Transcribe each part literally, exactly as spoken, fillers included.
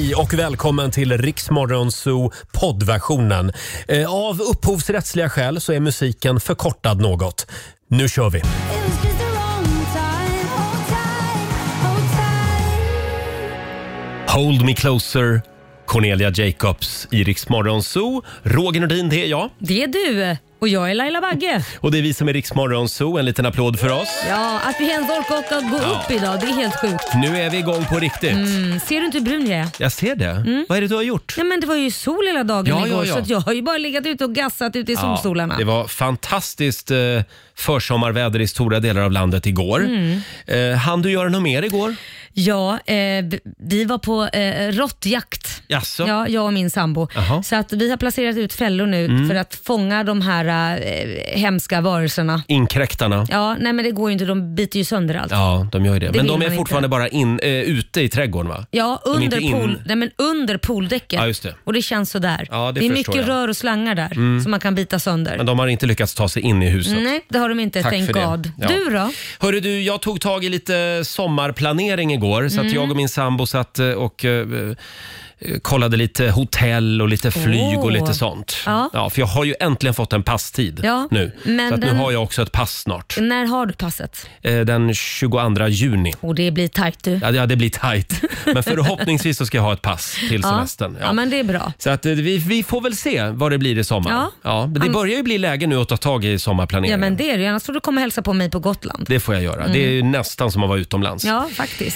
Hej och välkommen till Riksmorgon Zoo poddversionen. Eh, av upphovsrättsliga skäl så är musiken förkortad något. Nu kör vi! Hold me closer, Cornelia Jacobs i Riksmorgon Zoo. Roger Nordin, det är jag. Det är du. Och jag är Laila Bagge. Och det är vi som är Riksmorgon Zoo. En liten applåd för oss. Ja, att vi ens orkar gå Ja. upp idag, det är helt sjukt. Nu är vi igång på riktigt. Mm, ser du inte hur brun jag är? Jag ser det. Mm. Vad är det du har gjort? Nej, men det var ju sol hela dagen Ja, igår, ja, ja. så att jag har ju bara legat ute och gassat ute i solstolarna. Det var fantastiskt eh, försommarväder i stora delar av landet igår. Mm. Eh, hann du göra något mer igår? Ja, eh, b- vi var på eh, råttjakt. Jaså? Ja, jag och min sambo. Jaha. Så att vi har placerat ut fällor nu Mm. för att fånga de här eh, hemska varelserna. Inkräktarna. Ja, nej men det går ju inte, de biter ju sönder allt. Ja, de gör ju det. Det Men vill de är man fortfarande inte. bara in, eh, ute i trädgården, va? Ja, De är under, inte in- pool, nej, men under pooldäcket. Ja, just det. Och det känns sådär. Ja, det det är förstår mycket jag. rör och slangar där Mm. som man kan bita sönder. Men de har inte lyckats ta sig in i huset. Nej, det har de inte. Tack Thank för det. God. Ja. Du då? Hörru du, jag tog tag i lite sommarplanering igår. Så att Mm. jag och min sambo satt eh, och eh, eh, kollade lite hotell och lite flyg Åh. och lite sånt. Ja. För jag har ju äntligen fått en passtid Ja, nu. men Så att den- nu har jag också ett pass snart. När har du passet? Eh, Den tjugoandra juni. Och det blir tajt du. Ja, det- ja, det blir tajt. Men förhoppningsvis så ska jag ha ett pass till Ja. semestern. Ja, men det är bra. Så att eh, vi, vi får väl se vad det blir i sommar. Ja. Ja, men det Am- börjar ju bli läge nu att ta tag i sommarplaneringen. Ja, men det är det. Annars får du komma och hälsa på mig på Gotland. Det får jag göra. Det är ju nästan som att vara utomlands. Ja, faktiskt.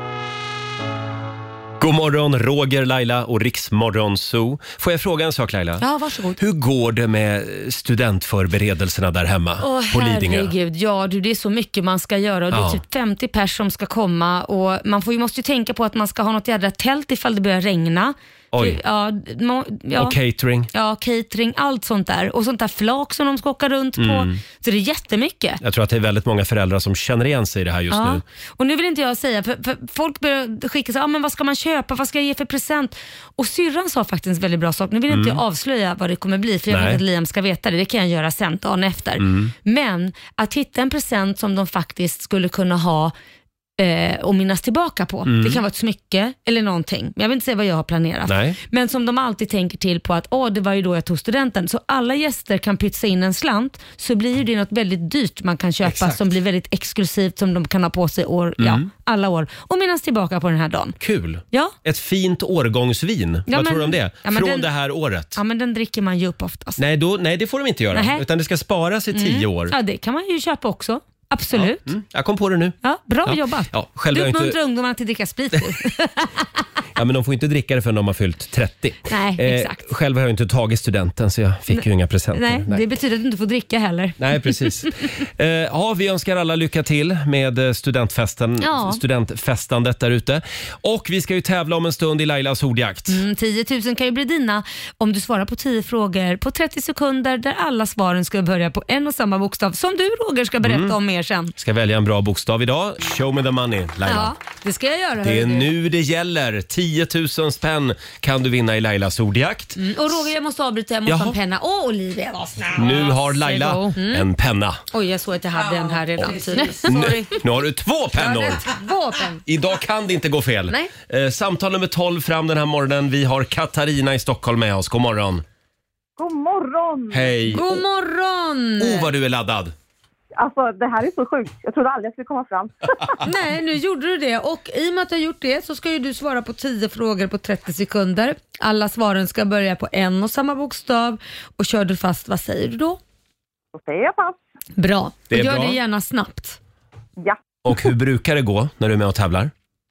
God morgon, Roger, Laila och Riksmorgon Zoo. Får jag fråga en sak, Laila? Ja, varsågod. Hur går det med studentförberedelserna där hemma Åh, på Lidingö? herregud. Ja, du, det är så mycket man ska göra. Och det är Ja. typ femtio pers som ska komma. Och man får ju, måste ju tänka på att man ska ha något jädra tält ifall det börjar regna. Oj. Ja, må, ja. Och catering? Ja, catering, allt sånt där. Och sånt där flak som de ska åka runt Mm. på. Så det är jättemycket. Jag tror att det är väldigt många föräldrar som känner igen sig i det här just nu. Och nu vill inte jag säga, för, för folk börjar skicka så, ah, men vad ska man köpa, vad ska jag ge för present? Och syrran sa faktiskt en väldigt bra sak. Nu vill inte Mm. jag avslöja vad det kommer bli, för jag Nej. vet att Liam ska veta det. Det kan jag göra sen, dagen efter. Mm. Men att hitta en present som de faktiskt skulle kunna ha eh, och minnas tillbaka på. Mm. Det kan vara ett smycke eller någonting. Men jag vill inte säga vad jag har planerat. Nej. Men som de alltid tänker till på att åh, det var ju då jag tog studenten. Så alla gäster kan pytsa in en slant, så blir ju det något väldigt dyrt man kan köpa. Exakt. Som blir väldigt exklusivt, som de kan ha på sig år, ja, Mm. alla år. Och minnas tillbaka på den här dagen. Kul. Ja. Ett fint årgångsvin. Ja, Vad men- tror du om det? ja, men Från den- det här året. Ja, men den dricker man ju upp oftast. Nej, då, nej, det får de inte göra. Nähä. Utan det ska sparas i tio Mm. år. Ja, det kan man ju köpa också. Absolut. Mm. Jag kom på det nu. Ja, bra Ja. jobbat. Ja, själv Du har jag uppmuntrar inte, ungdomarna till att dricka sprit. du. ja, men de får inte dricka det förrän de har fyllt trettio. Nej, exakt. Själv har jag inte tagit studenten så jag fick ju inga presenter. Nej, det betyder att du inte får dricka heller. Nej, precis. Eh, ja, vi önskar alla lycka till med eh, studentfesten, Ja. studentfestandet där ute. Och vi ska ju tävla om en stund i Lailas ordjakt. Mm, tio tusen kan ju bli dina om du svarar på tio frågor på trettio sekunder där alla svaren ska börja på en och samma bokstav som du, Roger, ska berätta Mm. om mer sen. Ska välja en bra bokstav idag. Show me the money, Laila. Ja, det ska jag göra. Det är hörru du. nu det gäller. tio tusen spänn kan du vinna i Lailas ordjakt. Mm, och Roger, jag måste avbryta, jag måste Jaha. ha en penna. Åh, Olivia, vad snabbt. Nu har Laila Varsågod. Mm. en penna. Oj, jag såg att jag hade en här redan. Nu, Sorry. nu har du två pennor. Två pennor. Idag kan det inte gå fel. Nej. Eh, samtal nummer tolv fram den här morgonen. Vi har Katarina i Stockholm med oss. God morgon. God morgon! Hej. God morgon! Oh, vad du är laddad. Alltså, det här är så sjukt. Jag trodde aldrig jag skulle komma fram. Nej, nu gjorde du det. Och i och med att du har gjort det så ska ju du svara på tio frågor på trettio sekunder. Alla svaren ska börja på en och samma bokstav. Och kör du fast, vad säger du då? Då säger jag pass. Bra. Det är och gör bra. det gärna snabbt. Ja. Och hur brukar det gå när du är med och tävlar? Eh,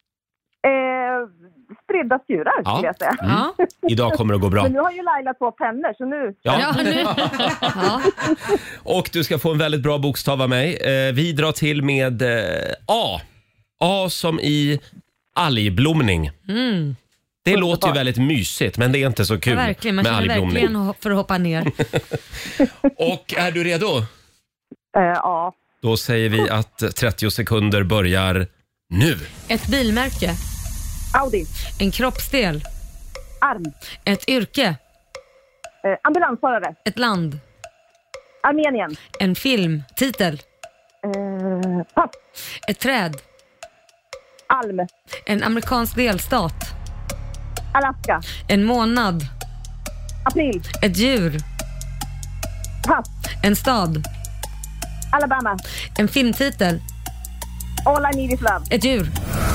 spridda skurar, Ja. skulle jag säga. Mm. Idag kommer det gå bra. Men nu har ju Laila två pennor, så nu... Ja. Ja, nu. Ja. Och du ska få en väldigt bra bokstav av mig. Eh, vi drar till med eh, A. A som i algblomning. Mm. Det låter ju väldigt mysigt, men det är inte så kul Ja, verkligen. Man med känner algblomning. verkligen ho- för att hoppa ner. Och är du redo? Eh, ja. Då säger vi att trettio sekunder börjar nu. Ett bilmärke. Audi. En kroppsdel. Arm. Ett yrke. Eh, ambulansförare. Ett land. Armenien. En film. Titel. Eh, pass. Ett träd. Alm. En amerikansk delstat. Alaska. En månad. April. Ett djur. Pass. En stad. Alabama. En filmtitel. All I need is love. Ett djur.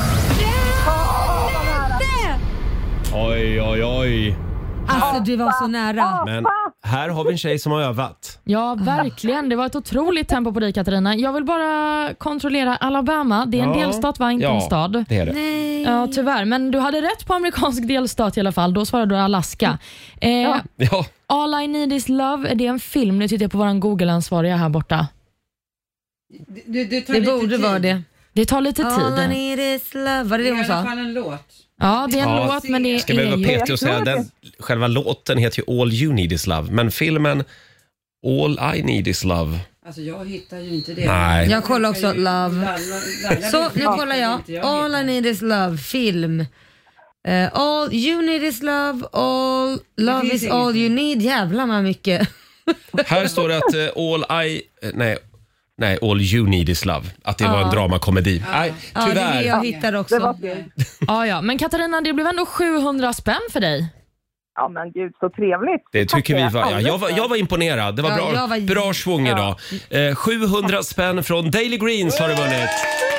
Oj, oj, oj. Alltså du var så nära. Men här har vi en tjej som har övat. Ja, verkligen. Det var ett otroligt tempo på dig, Katarina. Jag vill bara kontrollera Alabama. Det är en Ja. delstat, va? Inte Ja, en stad. det är det. Nej. Ja, tyvärr. Men du hade rätt på amerikansk delstat i alla fall. Då svarade du Alaska. Eh, Ja. All I need is love. Är det en film? Nu tittar jag på våran Google-ansvariga här borta. Du, du tar Det lite borde tid. vara det. Det tar lite All I tid. need is love. Var det Det det är hon i alla sa? fall en låt. Ja, det är en Ja. låt, men det Ska vi är vara ju... petig och säga den, själva låten heter ju All You Need Is Love, men filmen All I Need Is Love. Alltså jag hittar ju inte det. Nej. Jag kollar också Love. Laila- Laila Så vet nu inte kollar jag. inte All I hittar. need is love. Film. Uh, all you need is love. All love finns is all ingenting. you need. Jävlar vad mycket. Här står det att eh, All I... eh, Nej. Nej, All You Need Is Love. Att det var en dramakomedi. Nej, Ja, det är det tyvärr. jag hittar Det också. var kul. Ja, ja. Men Katarina, det blev ändå sjuhundra spänn för dig. Ja men gud, så trevligt. Det tycker vi var, ja, Alldeles jag, var, jag var imponerad. Det var Ja, bra, jag var- bra svung idag. Eh, sjuhundra spänn från Daily Greens har du vunnit.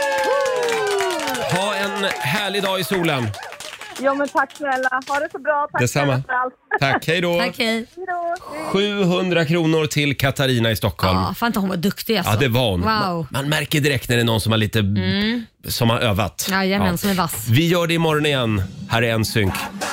Ha en härlig dag i solen. Ja men tack snälla. Ha det så bra. Tack Detsamma. snälla för allt. Tack, hej då. Tack, hej. Hej då. sjuhundra kronor till Katarina i Stockholm. Ja, fan inte hon var duktig alltså. Ja, det var hon. Wow. Man, man märker direkt när det är någon som har lite som har övat. Jajamän, som är vass. Vi gör det imorgon igen. Här är en synk.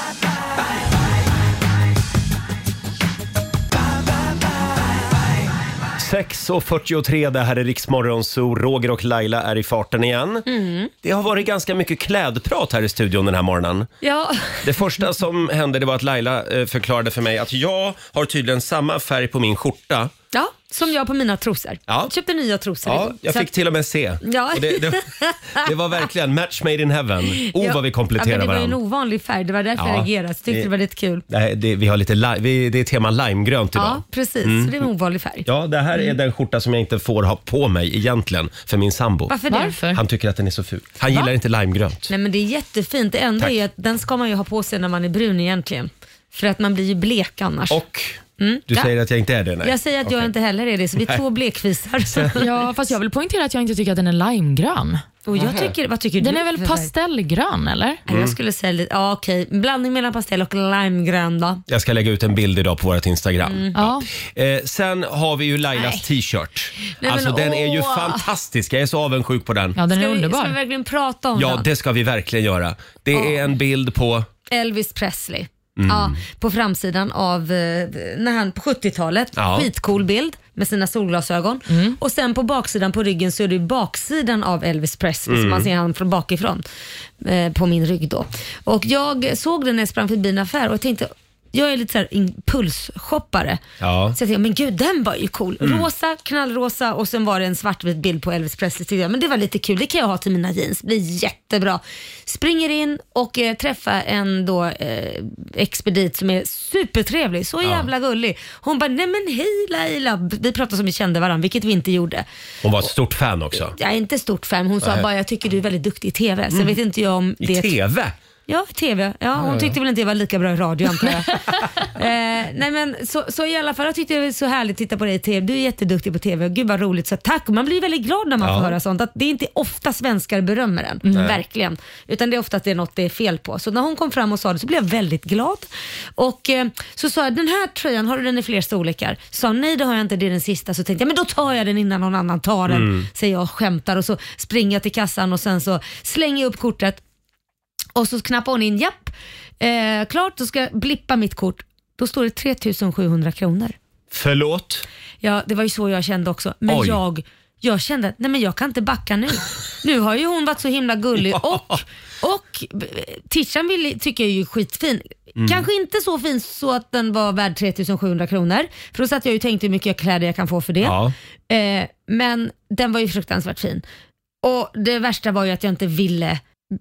sex och fyrtiotre, det här är Riksmorgon Zoo. Roger och Laila är i farten igen. Det har varit ganska mycket klädprat här i studion den här morgonen. Ja, Det första som hände det var att Laila eh, förklarade för mig att jag har tydligen samma färg på min skjorta. ja, som jag på mina trosor. Ja. Köpte nya trosor Ja, igår. jag Så fick att- till och med se. Ja. Och det, det, det var verkligen match made in heaven. Oh, Ja. vad vi kompletterar ja, men det var ju en varandra. ovanlig färg, det var därför Ja. jag reagerade. Så tyckte Det- det var lite kul. Nej, det, vi har lite li- vi, det är tema limegrönt idag. Ja, precis. Så det är en ovanlig färg. Ja, det här är den skjorta som jag inte får ha på mig egentligen för min sambo. Varför det? Varför? Han tycker att den är så ful. Han gillar inte limegrönt. Nej men det är jättefint. Det enda Tack. är att den ska man ju ha på sig när man är brun egentligen. För att man blir ju blek annars. Och du Ja. säger att jag inte är det? Nej. Jag säger att jag Okej. inte heller är det, så vi är två blekfisar. Ja, fast jag vill poängtera att jag inte tycker att den är limegrön. Och jag tycker, vad tycker Den du? är väl för färg? pastellgrön, eller? Nej, Jag skulle säga lite, ja okej, en blandning mellan pastell och limegrön då. Jag ska lägga ut en bild idag på vårt Instagram. Ja. Eh, sen har vi ju Lailas Mm. Nej. t-shirt. men Alltså den är ju åh. fantastisk. Jag är så avundsjuk på den. Ja, den är Ska vi, underbar. ska vi verkligen prata om Ja, den? det ska vi verkligen göra. Det är en bild på... Elvis Presley. Mm. Ja, på framsidan av eh, när han på sjuttiotalet. Ja. Skitcool bild med sina solglasögon. Och sen på baksidan på ryggen så är det ju baksidan av Elvis Presley. Mm. Så man ser han från bakifrån eh, på min rygg då. Och jag såg den när jag sprang förbi en affär och jag tänkte, jag är lite så här impulsshoppare. Ja. Mm. Så jag tänkte, men gud den var ju cool. Rosa, knallrosa och sen var det en svartvit bild på Elvis Presley. Tyckte jag. Men det var lite kul, det kan jag ha till mina jeans. Det blir jättebra. Springer in och eh, träffar en då eh, expedit som är supertrevlig. Så jävla gullig. Hon bara, nej men hej Laila. Vi pratade som vi kände varandra, vilket vi inte gjorde. Hon var ett stort fan också. Jag är inte stort fan. Hon sa Nej. bara, jag tycker du är väldigt duktig i T V. Sen vet inte jag om I det... T V? Ja, T V. Ja, hon tyckte väl inte jag var lika bra i radio antar jag. eh, nej men så, så i alla fall, jag tyckte det var så härligt att titta på dig i T V. Du är jätteduktig på T V. Gud vad roligt. Så tack. Man blir väldigt glad när man Ja. får höra sånt. Att det är inte ofta svenskar berömmer en. Verkligen. Utan det är ofta att det är något det är fel på. Så när hon kom fram och sa det så blev jag väldigt glad. Och eh, så sa jag, den här tröjan, har du den i fler storlekar? Sa nej det har jag inte, det är den sista. Så tänkte jag, men då tar jag den innan någon annan tar den. Mm. Säger jag och skämtar och så springer jag till kassan och sen så slänger jag upp kortet. Och så knappar hon in, japp, eh, klart, då ska jag blippa mitt kort. Då står det tre tusen sjuhundra kronor. Förlåt? Ja, det var ju så jag kände också. Men Oj. jag, jag kände, nej men jag kan inte backa nu. Nu har ju hon varit så himla gullig Ja. och, och t-shirten vill, tycker jag är ju skitfin. Mm. Kanske inte så fin så att den var värd tre tusen sjuhundra kronor. För då satt jag ju och tänkte hur mycket kläder jag kan få för det. Ja. Eh, men den var ju fruktansvärt fin. Och det värsta var ju att jag inte ville.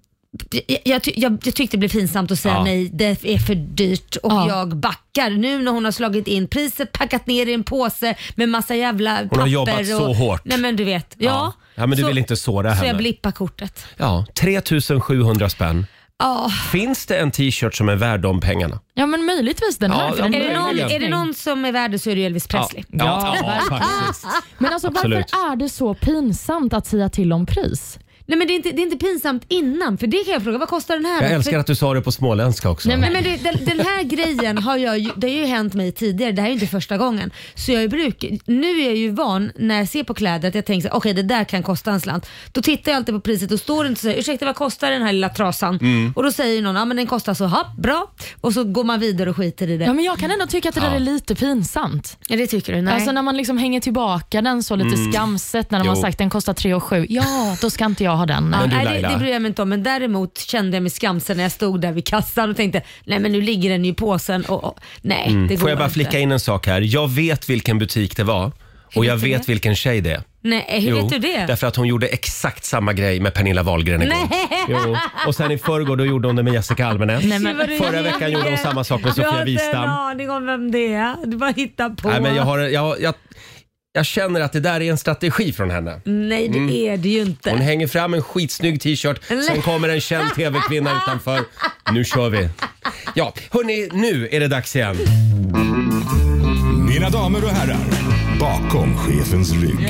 Jag, jag, ty- jag, jag tyckte det blev pinsamt att säga Ja. nej, det är för dyrt och Ja. jag backar. Nu när hon har slagit in priset, packat ner i en påse med massa jävla papper. Hon har jobbat och, så hårt. Nej men du vet. Ja, Ja, men du så, vill inte såra så henne. jag blippar kortet. Ja, tre tusen sjuhundra spänn. Ja. Finns det en t-shirt som är värd de pengarna? Ja, men möjligtvis den här. Ja, för den ja, Är det, någon, möjligen. är det någon som är värd så är det Elvis Presley. Ja, ja, ja, faktiskt. Men alltså, Absolut. varför är det så pinsamt att säga till om pris? Nej, men det är, inte, det är inte pinsamt innan, för det kan jag fråga, vad kostar den här? Jag älskar för, att du sa det på småländska också. Nej, Nej, men det, den, den här grejen har jag ju, det har ju hänt mig tidigare, det här är ju inte första gången. Så jag brukar, nu är jag ju van när jag ser på kläder att jag tänker okej, okay, det där kan kosta en slant. Då tittar jag alltid på priset och står inte och säger ursäkta, vad kostar den här lilla trasan? Mm. Och då säger någon, ja men den kostar så, ha, bra. Och så går man vidare och skiter i det. Ja, men jag kan ändå tycka att det där är lite pinsamt. Ja, det tycker du? Nej. Alltså när man liksom hänger tillbaka den så lite skamset när de Jo. har sagt den kostar tre och sju. Ja, då ska inte jag ha den. Ja, Men du, nej, det, Laila. det bryr jag mig inte om, men däremot kände jag mig skamsen när jag stod där vid kassan och tänkte nej men nu ligger den ju i påsen och, och nej det går Får jag bara inte. flika in en sak här? Jag vet vilken butik det var och jag vet du vet det? vilken tjej det är. Nej, hur vet du det? Därför att hon gjorde exakt samma grej med Pernilla Wahlgren igår. Nej. Jo. Och sen i förrgår då gjorde hon det med Jessica Almenäs. Nej, men- Vad du Förra ljuger. veckan gjorde hon samma sak med Du Sofia har inte en Wistam. aning om vem det är. Du bara hittar på. Nej, men jag, har, jag, jag, jag känner att det där är en strategi från henne. Nej, det är det ju inte. Hon hänger fram en skitsnygg t-shirt, sen kommer en känd tv-kvinna utanför. Nu kör vi. Ja, hörni, nu är det dags igen. Mina damer och herrar, bakom chefens rygg.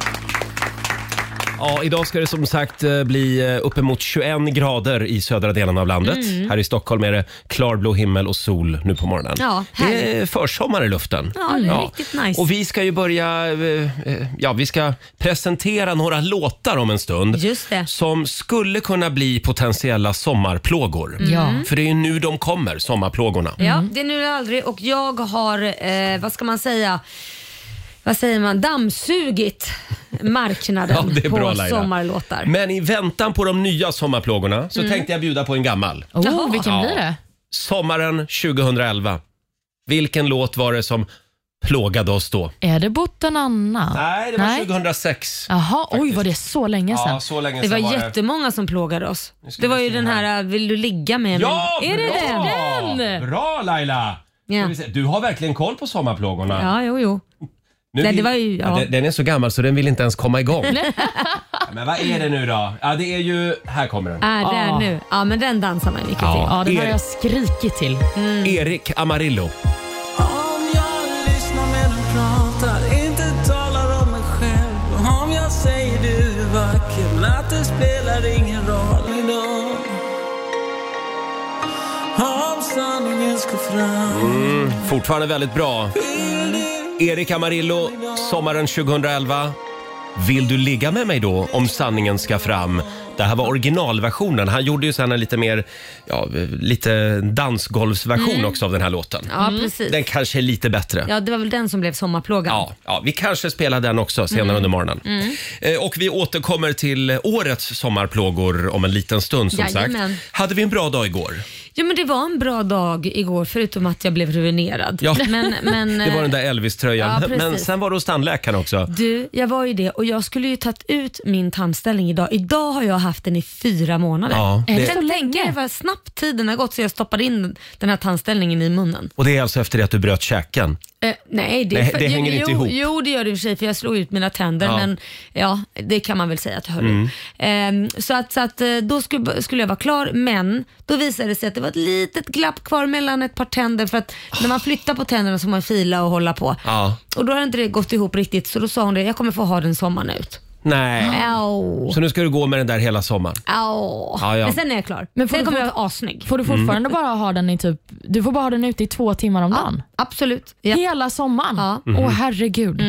Ja, idag ska det som sagt eh, bli eh, uppemot tjugoen grader i södra delen av landet. Här i Stockholm är det klarblå himmel och sol nu på morgonen. Ja, det är försommar i luften. Ja, det är riktigt nice. Och vi ska ju börja, eh, eh, ja vi ska presentera några låtar om en stund. Just det. Som skulle kunna bli potentiella sommarplågor. Ja. För det är ju nu de kommer, sommarplågorna. Ja, det är nu eller aldrig och jag har, eh, vad ska man säga, vad säger man, dammsugit marknaden Ja, det är på bra, Laila. sommarlåtar. Men i väntan på de nya sommarplågorna så tänkte jag bjuda på en gammal. Oh, Jaha. vilken Ja. blir det? Sommaren tjugohundraelva. Vilken låt var det som plågade oss då? Är det Botten Anna? Nej, det var Nej. tjugohundrasex. Jaha, oj var det så länge sedan. Ja, så länge Det var sedan var det. jättemånga som plågade oss. ska Det var vi ju se den här, vill du ligga med mig? Ja, Är det bra! den? Bra Laila! Ja. Ska vi se. Du har verkligen koll på sommarplågorna. Ja, jo, jo. Nu Nej, vill- det var ju- ja. den, den är så gammal så den vill inte ens komma igång. Ja, men vad är det nu då? Ja, det är ju... Här kommer den. Är det Ah. nu? Ja, men den dansar man mycket Ja. till. Ja, den har Erik. jag skrikit till. Erik Amarillo. Om jag lyssnar men du pratar, inte talar om mig själv. Om jag säger du är vacker, men att det spelar ingen roll idag. Om sanningen ska fram. Fortfarande väldigt bra. Erik Amarillo, sommaren tjugohundraelva. Vill du ligga med mig då om sanningen ska fram? Det här var originalversionen. Han gjorde ju sen en lite mer, ja, lite dansgolvsversion också av den här låten. Ja, precis. Den kanske är lite bättre. Ja, det var väl den som blev sommarplågan. Ja, ja, vi kanske spelar den också senare under morgonen. Eh, och vi återkommer till årets sommarplågor om en liten stund som Jajamän. sagt. Hade vi en bra dag igår? Ja, men det var en bra dag igår förutom att jag blev ruinerad. Ja. Men, men, Det var den där Elvis-tröjan. Ja, precis. Men sen var du hos tandläkaren också. Du, jag var ju det och jag skulle ju tagit ut min tandställning idag. Idag har jag haft den i fyra månader. Ja, Är det det, så Kan länge? tänka dig vad snabbt tiden har gått så jag stoppade in den här tandställningen i munnen. och det är alltså efter det att du bröt käken. Eh, nej, det, Nej, för- det hänger jo, inte ihop. Jo, det gör det i och för sig för jag slog ut mina tänder. Ja. Men ja, det kan man väl säga att jag höll Mm. ut. Ehm, så att, så att eh, då skulle, skulle jag vara klar, men då visade det sig att det var ett litet glapp kvar mellan ett par tänder för att när man flyttar på tänderna så får man fila och hålla på. Ja. Och då har inte det gått ihop riktigt så då sa hon det, jag kommer få ha den sommaren ut. Nej. Au. Så nu ska du gå med den där hela sommaren. Au. Ja, ja. Men sen är jag klar. Men får sen du kommer fort- jag vara assnygg. Får du Mm. fortfarande bara ha den i typ, du får bara ha den ute i två timmar om dagen? Absolut. Ja. Hela sommaren? Ja. Åh Mhm. herregud.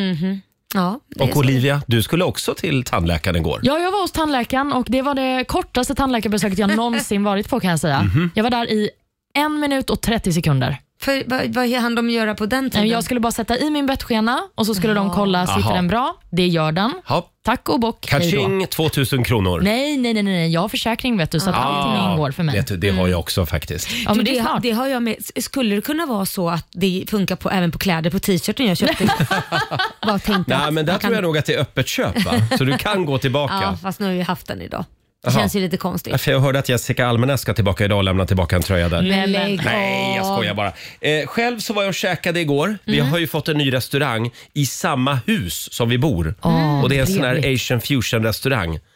Ja, det är Och så. Olivia, du skulle också till tandläkaren igår. Ja, jag var hos tandläkaren och det var det kortaste tandläkarbesöket jag någonsin varit på kan jag säga. Mhm. Jag var där i en minut och trettio sekunder. För, vad, vad hann de göra på den tiden? Jag skulle bara sätta i min bettskena och så skulle de kolla, sitter Aha. den bra? Det gör den. Ja. Tack och bock, hej då. Kaching, tvåtusen kronor. Nej, nej, nej, nej, jag har försäkring vet du, så att allting ingår för mig. Vet du, det har jag också faktiskt. Ja, men Du, det är det, klart. det har jag med. Skulle det kunna vara så att det funkar på, även på kläder på t-shirten jag köpte? Bara tänkte Nej, att men där man tror jag kan- nog att det är öppet köp va? Så du kan gå tillbaka. Ja, fast nu har vi haft den idag. Det Jaha. känns ju lite konstigt. För jag hörde att Jessica Almenäs ska tillbaka idag och lämna tillbaka en tröja där. Men lägg Nej, jag av. skojar bara. Eh, själv så var jag och käkade igår. Vi Mm. har ju fått en ny restaurang i samma hus som vi bor. Åh, och det är en sån här trevligt. Asian fusion restaurang.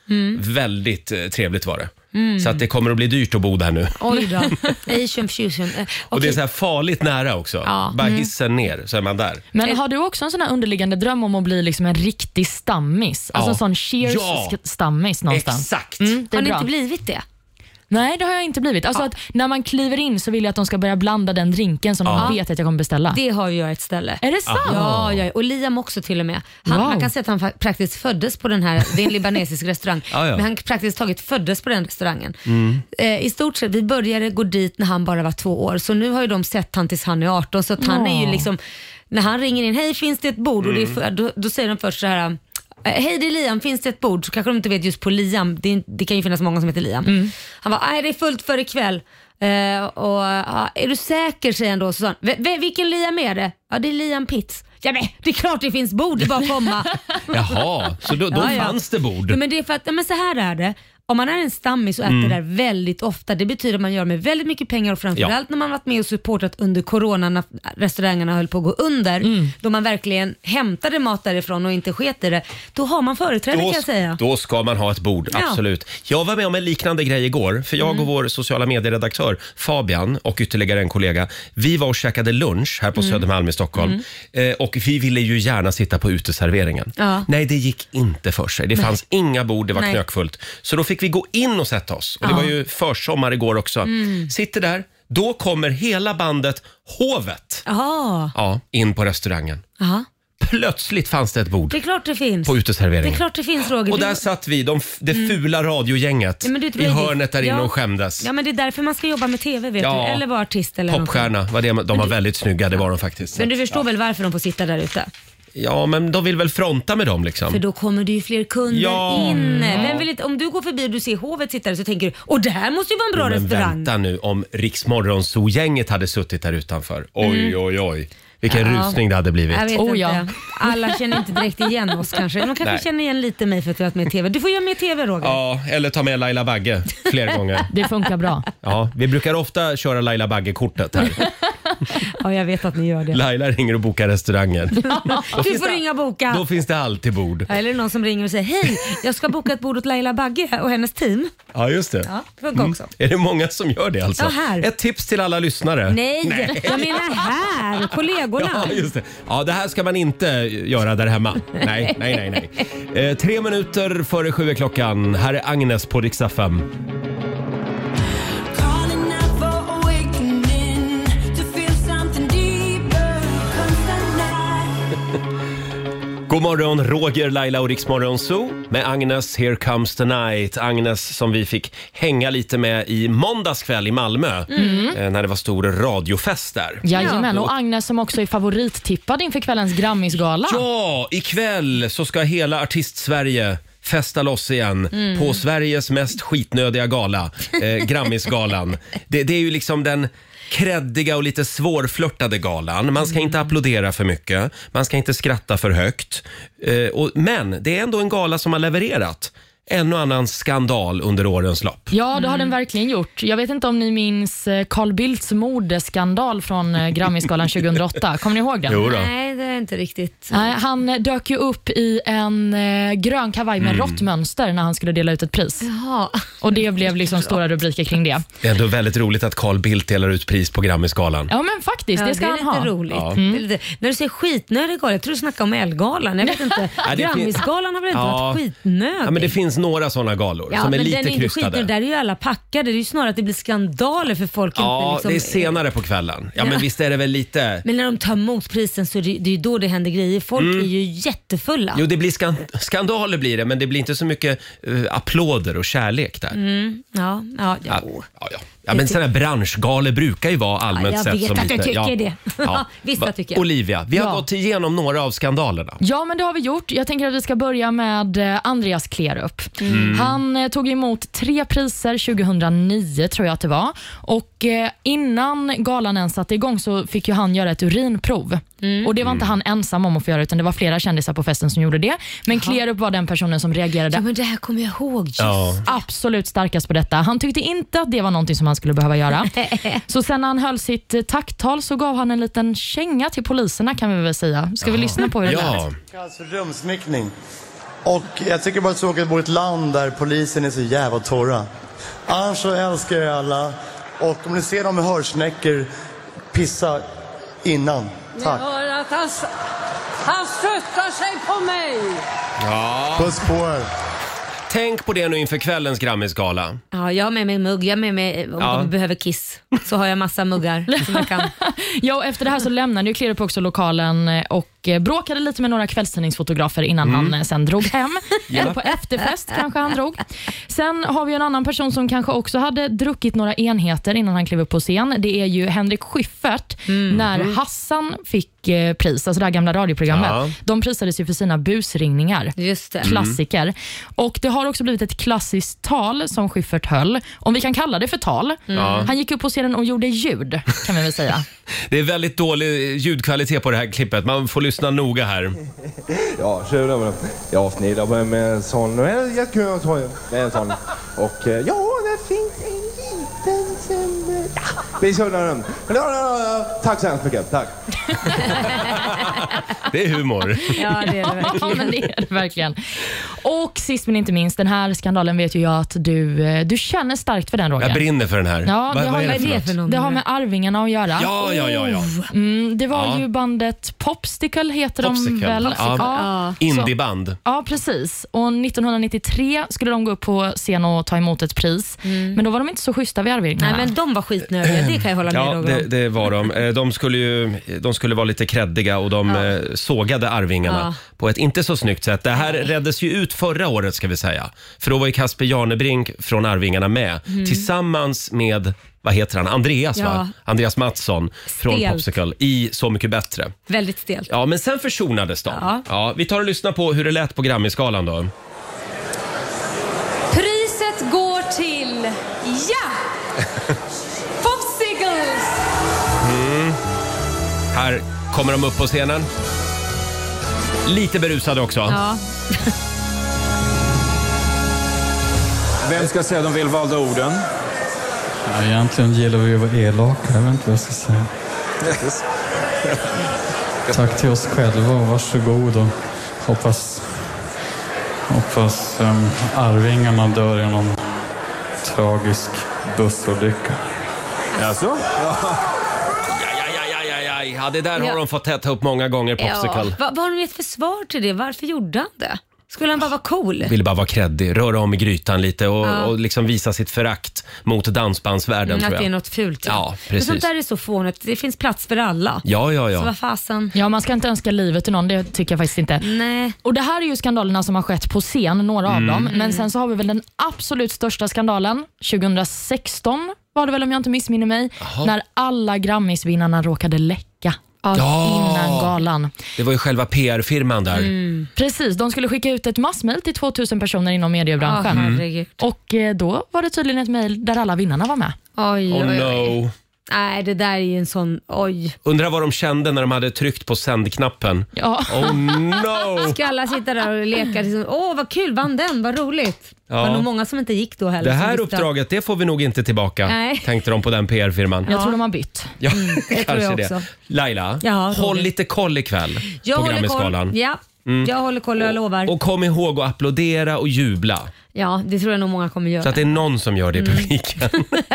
Mm. Väldigt eh, trevligt var det. Mm. Så att det kommer att bli dyrt att bo där nu. Oj då. Asian fusion. Eh, Och det är okej. så här farligt nära också. Ja. Bara Mm. hissen ner så är man där. Men har du också en sån här underliggande dröm om att bli liksom en riktig stammis? Alltså Ja. en sån Cheers Ja. stammis någonstans. Exakt. Mm, det är Har ni bra. inte blivit det? Nej, det har jag inte blivit. Alltså att när man kliver in så vill jag att de ska börja blanda den drinken som Ja. de vet att jag kommer beställa. Det har ju jag ett ställe. Är det sant? Ja, ja, och Liam också till och med. Han, Wow. Man kan säga att han fa- praktiskt föddes på den här, det är en libanesisk restaurang, Ja, ja. men han praktiskt taget föddes på den restaurangen. Mm. Eh, I stort sett, vi började gå dit när han bara var två år, så nu har ju de sett han tills han är arton, så att han Ja. är ju liksom, när han ringer in, hej finns det ett bord? Och det är Mm. för, då, då säger de först så här, hej det är Liam, finns det ett bord? Så kanske de inte vet just på Liam, det, är, det kan ju finnas många som heter Liam. Han var, nej det är fullt för ikväll. Uh, och, uh, är du säker, säger han då. Så sa han, "V- v- vilken Liam är det? Ja det är Liam Pitts. Ja men det är klart det finns bord, det är bara att komma. Jaha, så då, då Ja, ja. fanns det bord. Ja, men det är för att, ja, men så här är det. Om man är en stammis och äter Mm. där väldigt ofta, det betyder att man gör med väldigt mycket pengar, och framförallt när man varit med och supportat under corona när restaurangerna höll på att gå under, Mm. då man verkligen hämtade mat därifrån och inte sket i det, då har man företräde kan Då, jag säga. då ska man ha ett bord, Ja. absolut. Jag var med om en liknande grej igår, för jag och vår sociala medieredaktör Fabian och ytterligare en kollega, vi var och käkade lunch här på Södermalm i Stockholm eh, och vi ville ju gärna sitta på uteserveringen. Ja. Nej, det gick inte för sig. Det fanns inga bord, det var Nej. knökfullt. Så då fick vi gå in och sätta oss. Och det Ja. var ju försommar igår också. Sitter där, då kommer hela bandet Hovet Jaha, ja, in på restaurangen. Jaha. Plötsligt fanns det ett bord Det är klart det finns. på Det uteserveringen. är klart det finns, Roger. Och Det- där satt vi, de, f- det fula radiogänget, Ja, men du vet i vad det är? hörnet där inne Ja. och skämdes. Ja men det är därför man ska jobba med T V, vet Ja. du. Eller vara artist eller någonting. Popstjärna, var det, de var väldigt snygga, det var de faktiskt. Men du förstår väl varför de får sitta där ute? Ja, men de vill väl fronta med dem liksom. För då kommer det ju fler kunder Ja. in. Ja. Vem vill inte, om du går förbi och du ser Hovet sitta där så tänker du, och det här måste ju vara en bra Men restaurang. vänta nu, om Riksmorgonzoo-gänget hade suttit där utanför. Oj, oj, oj. Vilken Mm. Ja. rusning det hade blivit. Jag vet Oh, inte. ja. Alla känner inte direkt igen oss kanske. De kanske Nej. känner igen lite mig för att jag har varit med i T V. Du får göra med i T V, Roger. Ja, eller ta med Laila Bagge fler gånger. Det funkar bra. Ja, vi brukar ofta köra Laila Bagge-kortet här. Ja, jag vet att ni gör det. Laila ringer och bokar restauranger. Då Du finns får det- ringa och boka. Då finns det alltid bord. Ja, eller någon som ringer och säger, hej, jag ska boka ett bord åt Laila Bagge och hennes team. Ja, just det. Ja, det funkar också. Är det många som gör det alltså? Ja, här. Ett tips till alla lyssnare. Nej, jag menar här, kollegorna. Ja, just det. Ja, det här ska man inte göra där hemma. Nej, nej, nej. nej. Eh, tre minuter före sju är klockan. Här är Agnes på Rix F M. Calling out for awakening to feel something deeper. Comes the night. God morgon, Roger, Laila och Rix Morgon Zoo med Agnes, Here Comes the Night. Agnes som vi fick hänga lite med i måndags kväll i Malmö eh, när det var stor radiofest där. Jajamän, och Agnes som också är favorittippad inför kvällens Grammisgala. Ja, ikväll så ska hela artist-Sverige festa loss igen på Sveriges mest skitnödiga gala, eh, Grammisgalan. Det, det är ju liksom den kreddiga och lite svårflörtade galan. Man ska inte applådera för mycket, man ska inte skratta för högt. Eh, och, men det är ändå en gala som har levererat en och annan skandal under årens lopp. Ja, det har den verkligen gjort. Jag vet inte om ni minns eh, Carl Bildts modeskandal från eh, Grammisgalan tjugohundraåtta. Kommer ni ihåg den? Jo då. Nej, det är inte riktigt. Nej, han eh, dök ju upp i en eh, grön kavaj med rått mönster när han skulle dela ut ett pris. Jaha. Och det blev liksom stora rubriker kring det. Det är ändå väldigt roligt att Carl Bildt delar ut pris på Grammisgalan. Ja, men faktiskt, Ja, det ska är han lite ha. roligt. Ja. Det är lite, när du säger skitnödig gala, jag tror du snackar om Elgalan. Jag vet inte. det fin- Grammisgalan har väl inte Ja. varit skitnödig? Ja, men det finns några sådana galor Ja, som är men lite den är inte krystade. skitnödig. Där är ju alla packade. Det är ju snarare att det blir skandaler för folk. Ja, inte liksom, det är senare på kvällen. Ja, men Ja. visst är det väl lite... Men när de tar emot prisen så är det, det är ju då det händer grejer. Folk är ju jättefulla. Jo, det blir skan skandaler blir det, men det blir inte så mycket uh, applåder och kärlek där. Mm, ja, ja, Ja, jo. ja, ja. ja men sådana här branschgalor brukar ju vara allmänt Ja, jag sett vet som att du lite... tycker det. Ja. Vissa Va- tycker jag. Olivia, vi har Ja. gått igenom några av skandalerna. Ja, men det har vi gjort. Jag tänker att vi ska börja med eh, Andreas Klerup. Han eh, tog emot tre priser tjugohundranio, tror jag att det var. Och eh, innan galan ens satte igång så fick ju han göra ett urinprov. Och det var inte han ensam om att få göra, utan det var flera kändisar på festen som gjorde det. Men Klerup var den personen som reagerade Ja, men det här kommer jag ihåg. Just. Ja. absolut starkast på detta. Han tyckte inte att det var någonting som han skulle behöva göra. Så sen när han höll sitt eh, tacktal så gav han en liten känga till poliserna, kan vi väl säga. Ska vi lyssna på hur det lät? Ja, Kallas för rumsmickning. Och jag tycker bara att så att bo i ett land där polisen är så jävla torra. Annars så älskar jag alla. Och om ni ser dem med hörsnäckor, pissa innan. Tack. Ni hör att han, han stöttar sig på mig. Ja. Puss på er. Tänk på det nu inför kvällens Grammisgala. Ja, jag har med mig mugg. Jag har med mig, om Ja. de behöver kiss så har jag massa muggar som jag kan. Ja, och efter det här så lämnade ju Kleerup också lokalen och bråkade lite med några kvällstidningsfotografer innan Mm. han sen drog hem. Eller på efterfest kanske han drog. Sen har vi en annan person som kanske också hade druckit några enheter innan han klev upp på scen. Det är ju Henrik Schyffert. När Hassan fick eh, pris, alltså det här gamla radioprogrammet. Ja. De prisades ju för sina busringningar. Just det. Klassiker. Och det har också blivit ett klassiskt tal som Schyffert höll. Om vi kan kalla det för tal. Ja. Han gick upp på scenen och gjorde ljud, kan vi väl säga. Det är väldigt dålig ljudkvalitet på det här klippet. Man får lyssna noga här. Ja, tjugo med jag snillar med en sån. Och jag jättekul att ta med en sån. Och eh, ja, det finns en liten som... Ja, vi kör den. Ja, ja, ja, tack så hemskt mycket. Tack. Det är humor. Ja, det är det Ja, verkligen. men det är det verkligen. Och sist men inte minst, den här skandalen vet ju jag att du, eh, du känner starkt för den, Roger. Jag brinner för den här. Ja, Va, det vad har- är det Vad för är det något? för någon? Det har med Arvingarna att göra. Ja, ja, ja, ja. Mm, det var Ja. ju bandet Popsicle heter Popsicle. de väl? Ja. Ja. Så- Indieband. Ja, precis. Och nittonhundranittiotre skulle de gå upp på scen och ta emot ett pris. Men då var de inte så schyssta vid Arvingarna. Nej, men de var skitnödiga, det kan jag hålla med Ja, Roger det, om. det var de. Eh, De skulle ju de skulle vara lite kreddiga och de Ja. eh, sågade Arvingarna Ja. på ett inte så snyggt sätt. Det här reddes ju ut förra året, ska vi säga. För då var ju Kasper Janebrink från Arvingarna med tillsammans med, vad heter han? Andreas, Mm. Ja. va? Andreas Mattsson från Stelt. Popsicle i Så mycket bättre. Väldigt stelt. Ja, men sen försonades de. Ja. Ja, vi tar och lyssnar på hur det lät på Grammisgalan då. Priset går till, ja, Popsicles! Här kommer de upp på scenen. Lite berusade också. Ja. Vem ska säga de välvalda orden? Ja, egentligen gillar vi att vara elaka. Jag vet inte vad jag ska säga. Tack till oss själva och varsågod. Och hoppas, hoppas um, Arvingarna dör i någon tragisk bussolycka. Alltså? Ja, ja, ja, ja, ja. Ja, det där har Ja. de fått täta upp många gånger, Ja. Popsicle. Vad vad har de gett för svar till det? Varför gjorde han det? Skulle han bara vara cool? Vill bara vara kreddig, röra om i grytan lite och, Ja. och liksom visa sitt förakt mot dansbandsvärlden, Mm, tror att jag. det är något fult. Ja, Men sånt precis. där är så fånigt. Det finns plats för alla. Ja, ja, Så ja. vad fasen. Ja, man ska inte önska livet till någon, det tycker jag faktiskt inte. Nej. Och det här är ju skandalerna som har skett på scen, några av dem. Men sen så har vi väl den absolut största skandalen, tjugohundrasexton var det väl om jag inte missminner mig, när alla Grammisvinnarna råkade läcka Ja. innan galan. Det var ju själva P R-firman där. Mm. Precis, de skulle skicka ut ett massmail till tvåtusen personer inom mediebranschen. Åh, herregud. Och eh, då var det tydligen ett mail där alla vinnarna var med. Oj, Oh oj, oj. no. Nej, det där är ju en sån... Oj. Undrar vad de kände när de hade tryckt på sändknappen. Ja. Oh no. Ska alla sitta där och leka? Liksom, åh, vad kul, vann den, vad roligt. Ja. Det var nog många som inte gick då heller. Det som här visste- uppdraget, det får vi nog inte tillbaka, Nej. tänkte de på den P R-firman. Jag tror de har bytt. Ja, det tror kanske jag det. också. Laila, Ja, håll Roger. lite koll ikväll Jag på håller Grammisgalan. koll. Ja, jag håller koll och jag lovar. Och kom ihåg att applådera och jubla. Ja, det tror jag nog många kommer göra. Så att det är någon som gör det i Mm. publiken.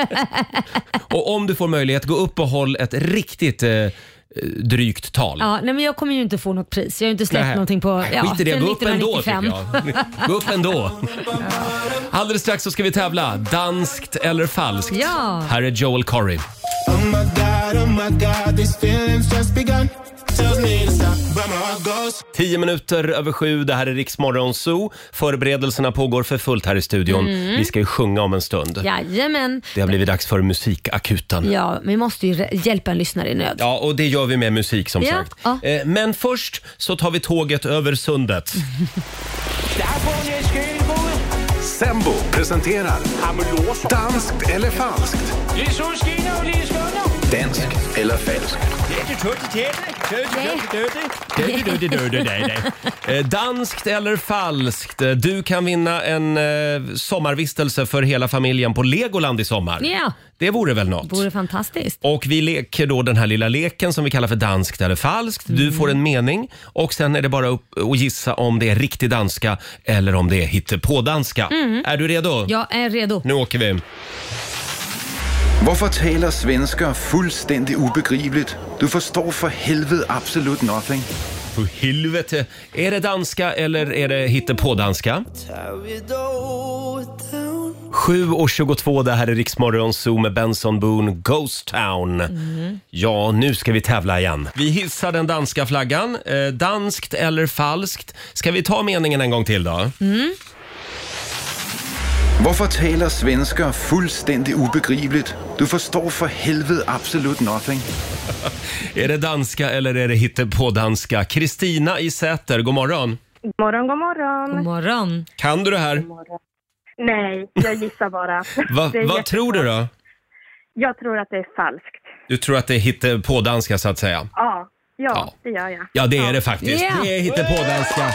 Och om du får möjlighet, gå upp och håll ett riktigt eh, drygt tal. Ja, nej, men jag kommer ju inte få något pris. Jag har ju inte släppt Nej. någonting på ja, Skit i det, sedan gå upp ändå nittonhundranittiofem. tycker jag. Gå upp ändå. Alldeles strax så ska vi tävla. Danskt eller falskt? Ja. Här är Joel Corry. Oh my god, oh my god, these feelings just begun. Tells me to stop, but my heart goes. Tio minuter över sju, det här är Rix Morgon Zoo. Förberedelserna pågår för fullt här i studion. Mm. Vi ska ju sjunga om en stund. Jajamän. Det har blivit dags för musikakuten. Ja, vi måste ju re- hjälpa en lyssnare i nöd. Ja, och det gör vi med musik som Ja, sagt. ja. Eh, Men först så tar vi tåget över sundet. Sembo presenterar Danskt eller falskt? Dansk eller falskt? Eh, Danskt eller falskt? Du kan vinna en eh, sommarvistelse för hela familjen på Legoland i sommar. Ja. Det vore väl något. Det vore fantastiskt. Och vi leker då den här lilla leken som vi kallar för danskt eller falskt. Du Mm. får en mening och sen är det bara upp att gissa om det är riktig danska eller om det är hittepådanska. Mm. Är du redo? Jag är redo. Nu åker vi. Hvorfor taler svensker fuldstændig ubegribeligt? Du forstår for helvede absolut nothing. För helvete. Är det danska eller är det hittepådanska? sju och tjugotvå, det här är Riksmorgon Zoo med Benson Boone, Ghost Town. Mm. Ja, nu ska vi tävla igen. Vi hissar den danska flaggan. Eh, danskt eller falskt? Ska vi ta meningen en gång till då? Mm. Hvorfor taler svensker fuldstændig ubegribeligt? Du forstår for helvede absolut nothing. Är det danska eller är det hittepådanska? Kristina i Säter, god morgon. God morgon, god morgon. God morgon. Kan du det här? Nej, jag gissar bara. Va, Det är vad jättebra. tror du då? Jag tror att det är falskt. Du tror att det är hittepådanska så att säga? Ja, ja, Ja. det gör jag. Ja, det är det faktiskt. Ja. Det är hittepådanska.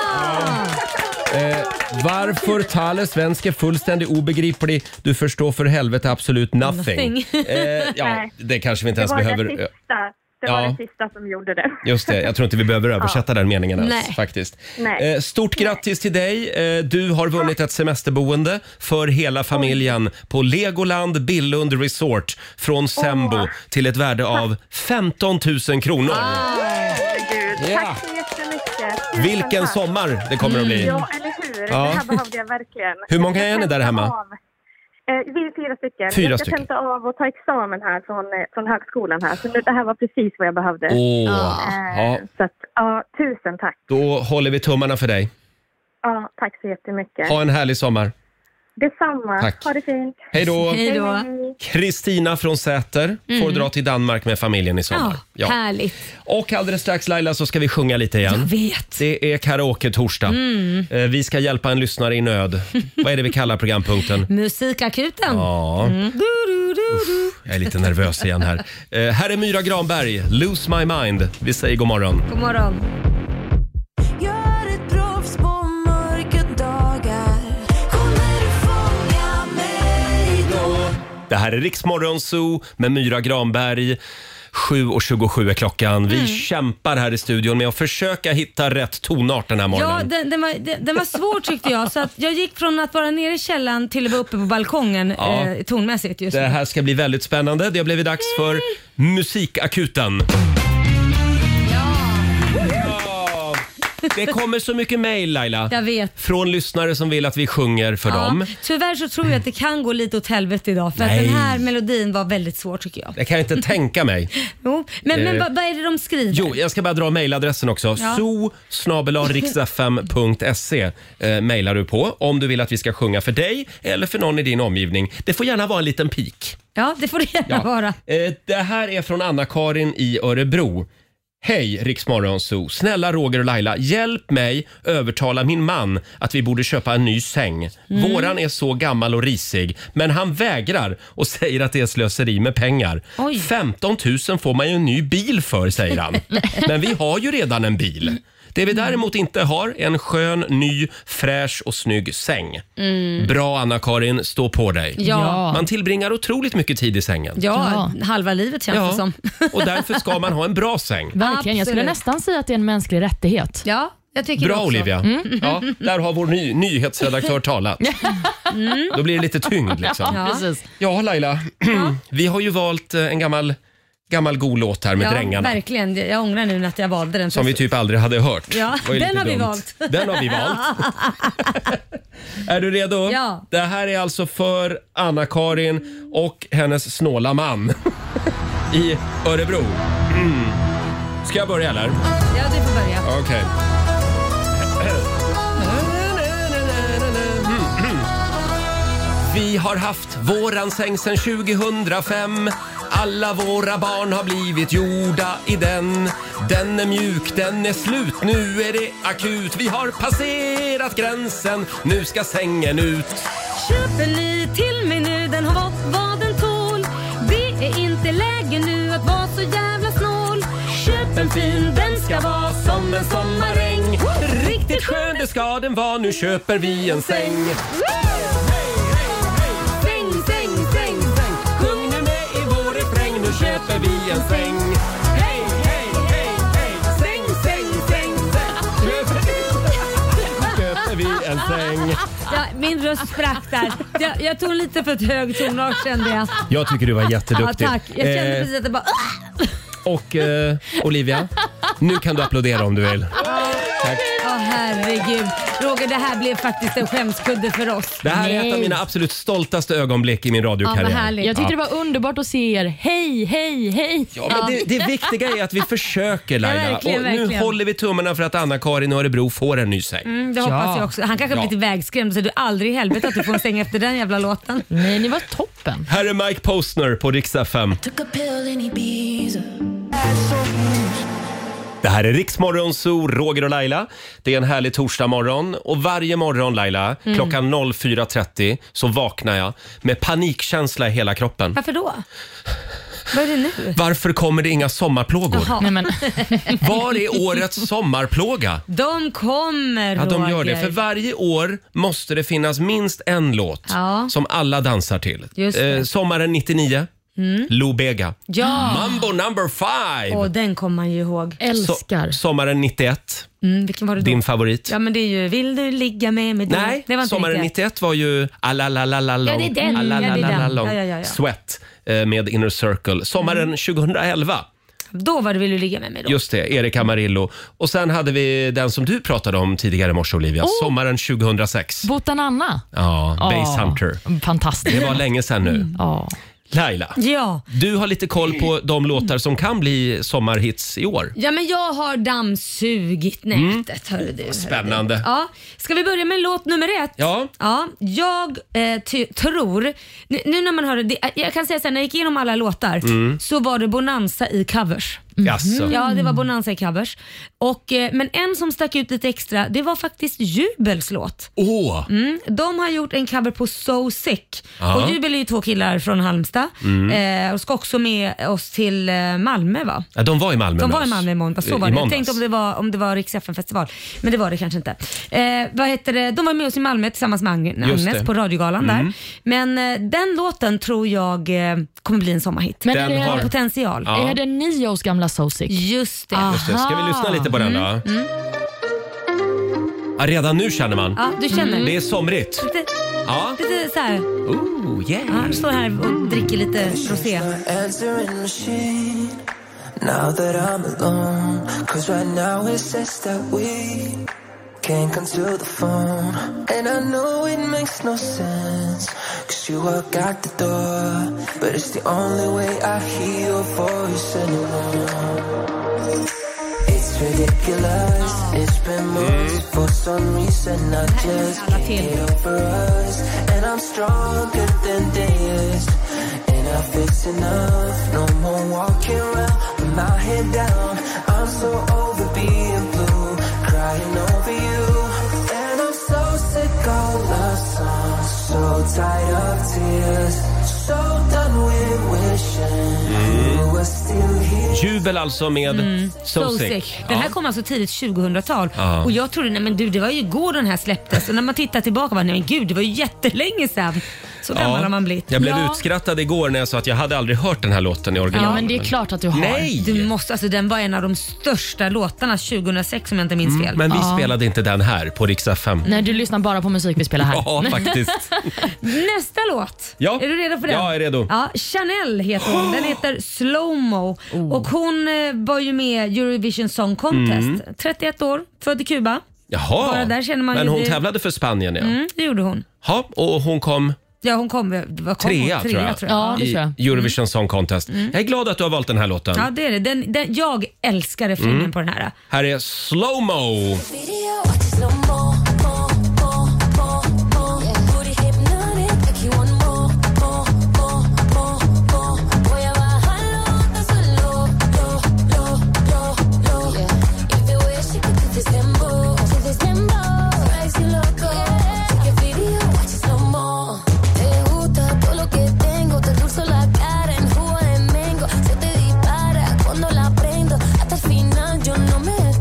Eh, varför talar svenska fullständigt obegriplig? Du förstår för helvete absolut nothing. Nothing. Eh, ja, Nej. det kanske vi inte Det ens var behöver... det sista. Det Ja. var det sista som gjorde det. Just det, jag tror inte vi behöver översätta den meningen ens Nej. faktiskt. Nej. Eh, stort grattis till dig. Eh, du har vunnit ett semesterboende för hela familjen på Legoland Billund Resort från Sembo till ett värde av femton tusen kronor. Herregud. Ja. Tack så jättemycket. Tusen Vilken tack. sommar det kommer att bli. Ja, eller hur? Ja. Det här behövde jag verkligen. Hur många är ni Jag där hemma? av- Eh, vi är fyra stycken. Fyra jag ska stycken. tenta av och ta examen här från, eh, från högskolan här. Så nu, det här var precis vad jag behövde. Åh, Eh, ja. Så att, ja, tusen tack. Då håller vi tummarna för dig. Ja, tack så jättemycket. Ha en härlig sommar. Detsamma. Tack. Ha det fint. Hej då! Hej då. Hej. Kristina från Säter får dra till Danmark med familjen i sommar. Ja, härligt. Och alldeles strax Laila så ska vi sjunga lite igen. Jag vet. Det är karaoke-torsdag. Eh, Vi ska hjälpa en lyssnare i nöd. Vad är det vi kallar programpunkten? Musikakuten. Ja, Mm. Du, du, du, du. jag är lite nervös igen här. Eh, Här är Myra Granberg, Lose My Mind. Vi säger god morgon. God morgon. Gör ett proffs på mörka dagar. Kommer du fånga mig då? Det här är Riksmorgon Zoo med Myra Granberg. sju och tjugosju är klockan. Vi kämpar här i studion med att försöka hitta rätt tonart den här Ja, morgonen. den, den, var, den, den var svår tyckte jag. Så att jag gick från att vara nere i källaren till att vara uppe på balkongen Ja. eh, tonmässigt just Det nu. här ska bli väldigt spännande. Det har blivit dags för Musikakuten. Ja. Det kommer så mycket mejl Laila. Jag vet. Från lyssnare som vill att vi sjunger för dem. Tyvärr så tror jag att det kan gå lite åt helvete idag. För Nej. att den här melodin var väldigt svår tycker jag. Det kan jag inte tänka mig. Jo. Men, men Eh. vad, vad är det de skriver? Jo, jag ska bara dra mejladressen också. Ja. zoo snabel-a riksfm punkt se eh, mejlar du på om du vill att vi ska sjunga för dig eller för någon i din omgivning. Det får gärna vara en liten pik. Ja, det får det gärna Ja. vara. Eh, det här är från Anna-Karin i Örebro. Hej Riksmorgon Zoo. Snälla Roger och Laila, hjälp mig övertala min man att vi borde köpa en ny säng. Mm. Våran är så gammal och risig, men han vägrar och säger att det är slöseri med pengar. Oj. femton tusen får man ju en ny bil för, säger han. Men vi har ju redan en bil. Det vi däremot inte har är en skön, ny, fräsch och snygg säng. Mm. Bra Anna-Karin, stå på dig. Ja. Man tillbringar otroligt mycket tid i sängen. Ja, halva livet känns Ja. det som. Och därför ska man ha en bra säng. Verkligen. Jag skulle Absolut. nästan säga att det är en mänsklig rättighet. Ja, jag tycker Bra också. Olivia. Mm. Ja, där har vår ny, nyhetsredaktör talat. Mm. Då blir det lite tyngd liksom. Ja. Precis. Ja, Laila. Vi har ju valt eh, en gammal, gammal god låt här med Ja, Drängarna. verkligen. Jag ångrar nu att jag valde den. Som vi typ aldrig hade hört. Ja, Det var ju den lite har vi dumt. valt. Den har vi valt. Är du redo? Ja. Det här är alltså för Anna-Karin och hennes snåla man i Örebro. Mm. Ska jag börja eller? Ja, du får börja. Okej. Vi har haft våran säng sedan tjugohundrafem. Alla våra barn har blivit gjorda i den. Den är mjuk, den är slut, nu är det akut. Vi har passerat gränsen, nu ska sängen ut. Köp en ny till mig nu, den har fått vad den tål. Det är inte läge nu att vara så jävla snål. Köp en fin, den ska ska vara som en sommaräng. Riktigt skön det ska den vara, nu köper vi en säng. Säng, säng, säng, säng. Sjung nu med i vår refräng, nu köper vi en säng. Hej, hej, hej, hej. Säng, säng, säng, säng. Köper vi, köper vi en säng. Ja, min röst sprack där. Jag, jag tog lite för ett hög tonart kände jag. Jag tycker du var jätteduktig. Ja, tack. Jag kände Eh, precis att det bara... Och eh, Olivia, nu kan du applådera om du vill. Tack. Åh herregud. Roger, det här blev faktiskt en skämskudde för oss. Det här är ett av mina absolut stoltaste ögonblick i min radiokarriär. Ja, vad härligt. Jag tyckte Ja. det var underbart att se er. Hej, hej, hej. Ja, men det, det viktiga är att vi försöker, Laila. Ja, verkligen, och nu verkligen. håller vi tummarna för att Anna-Karin och Örebro får en ny säng. Mm, det hoppas jag också. Han kanske Ja. blir lite vägskrämd så du aldrig i helvete att du får en säng efter den jävla låten. Nej, ni var toppen. Här är Mike Postner på Rix F M. Det här är Riksmorgon Zoo, Roger och Laila. Det är en härlig torsdag morgon och varje morgon, Laila, Mm. klockan fyra trettio så vaknar jag med panikkänsla i hela kroppen. Varför då? Vad är det nu? Varför kommer det inga sommarplågor? Jaha. Nej, men... Var är årets sommarplåga? De kommer, Ja, de gör Roger. det. För varje år måste det finnas minst en låt Ja. som alla dansar till. Just det. Eh, sommaren nittionio, Mm. Lou Bega. Ja. Mambo number five. Och den kommer man ju ihåg. Älskar. So- sommaren nittioett, Mm, vilken var det då? din favorit. Ja men det är ju Vill du ligga med mig? Nej, det var inte sommaren riktigt. nittioett var ju Alalalalong. Ja, det är den. Ja, det är den. Alalalalong. Ja, ja, ja, ja. Sweat eh, med Inner Circle. Sommaren Mm. tjugoelva. Då var det Vill du ligga med mig då. Just det, Erik Amarillo. Och sen hade vi den som du pratade om tidigare i morse, Olivia. Oh. Sommaren tjugohundrasex. Botananna. Ja, Base Ja. Hunter. Fantastiskt. Det var länge sedan nu. Ja. Laila, Ja. du har lite koll på de låtar som kan bli sommarhits i år. Ja men jag har dammsugit nätet, hörru du. Spännande. Hörru du. Ja. Ska vi börja med låt nummer ett? Ja. Ja, jag eh, ty- tror, nu, nu när man hör det, jag kan säga så här, när jag gick igenom alla låtar Mm. så var det Bonanza i covers. Jaså? Ja, det var Bonanza i covers. Och, eh, men en som stack ut lite extra, det var faktiskt Jubels låt. Åh! Mm, de har gjort en cover på So Sick. Ja. Och Jubel är ju två killar från Halmstad. Mm. Eh, och ska också med oss till eh, Malmö va? Ja, de var i Malmö De med var i oss. Malmö i måndags, så I- var i det. Jag måndags. tänkte om det var, om det var Rix F M-festival. Men det var det kanske inte. Eh, vad heter det? De var med oss i Malmö tillsammans med Agn- Just Agnes det. på radiogalan Mm. där. Men eh, den låten tror jag eh, kommer bli en sommarhit. Men Den är, har- Potential. Ja. är det nio års gamla So Sick? Just det. Just det. Ska vi lyssna lite på den då? Mm. Ja, redan nu känner man. Ja, du känner. Det är somrigt. Lite, Ja. lite så här. Ooh, yeah. Ja, du står här och dricker lite rosé. Answering machine. Now that I'm alone, cause right now it says that we can't come to the phone. And I know it makes no sense, cause you walk out the door, but it's the only way I hear your voice anymore. It's ridiculous, it's been months, for some reason I just can't get over us. And I'm stronger than this, enough is enough, no more walking around with my head down. I'm so over being blue, crying over you. And I'm so sick of love songs, so tired of tears, so done with wishing you were still here. Jubel alltså med Mm. So, So Sick. Sick. Den här kom alltså tidigt tjugohundratal Ja. och jag trodde, nej men du det var ju igår den här släpptes och när man tittar tillbaka var nej men gud det var ju jättelänge sedan. Så gammal har man blivit. Jag blev Ja. utskrattad igår när jag sa att jag hade aldrig hört den här låten i original. Ja, men det är klart att du har. Nej! Du måste, alltså den var en av de största låtarna tjugohundrasex om jag inte minns fel. Mm, men vi Ja. spelade inte den här på Rix F M. Nej, du lyssnar bara på musik vi spelar här. Ja, faktiskt. Nästa låt. Ja. Är du redo för den? Ja, jag är redo. Ja, Chanel heter hon. Den heter Slowmo. Och hon eh, var ju med i Eurovision Song Contest. Mm. trettioett år, född i Kuba. Jaha, Bara där känner man men ju hon det- tävlade för Spanien ja. Mm, det gjorde hon. Ja, och hon kom Ja, hon kom, vad kom trea, hon? tror jag, Ja, det tror jag. i Eurovision Song Contest. Mm. Jag är glad att du har valt den här låten. Ja, det är det. Den, den, jag älskar refrängen Mm. på den här. Här är Slowmo. Cuando la prendo, hasta el final yo no me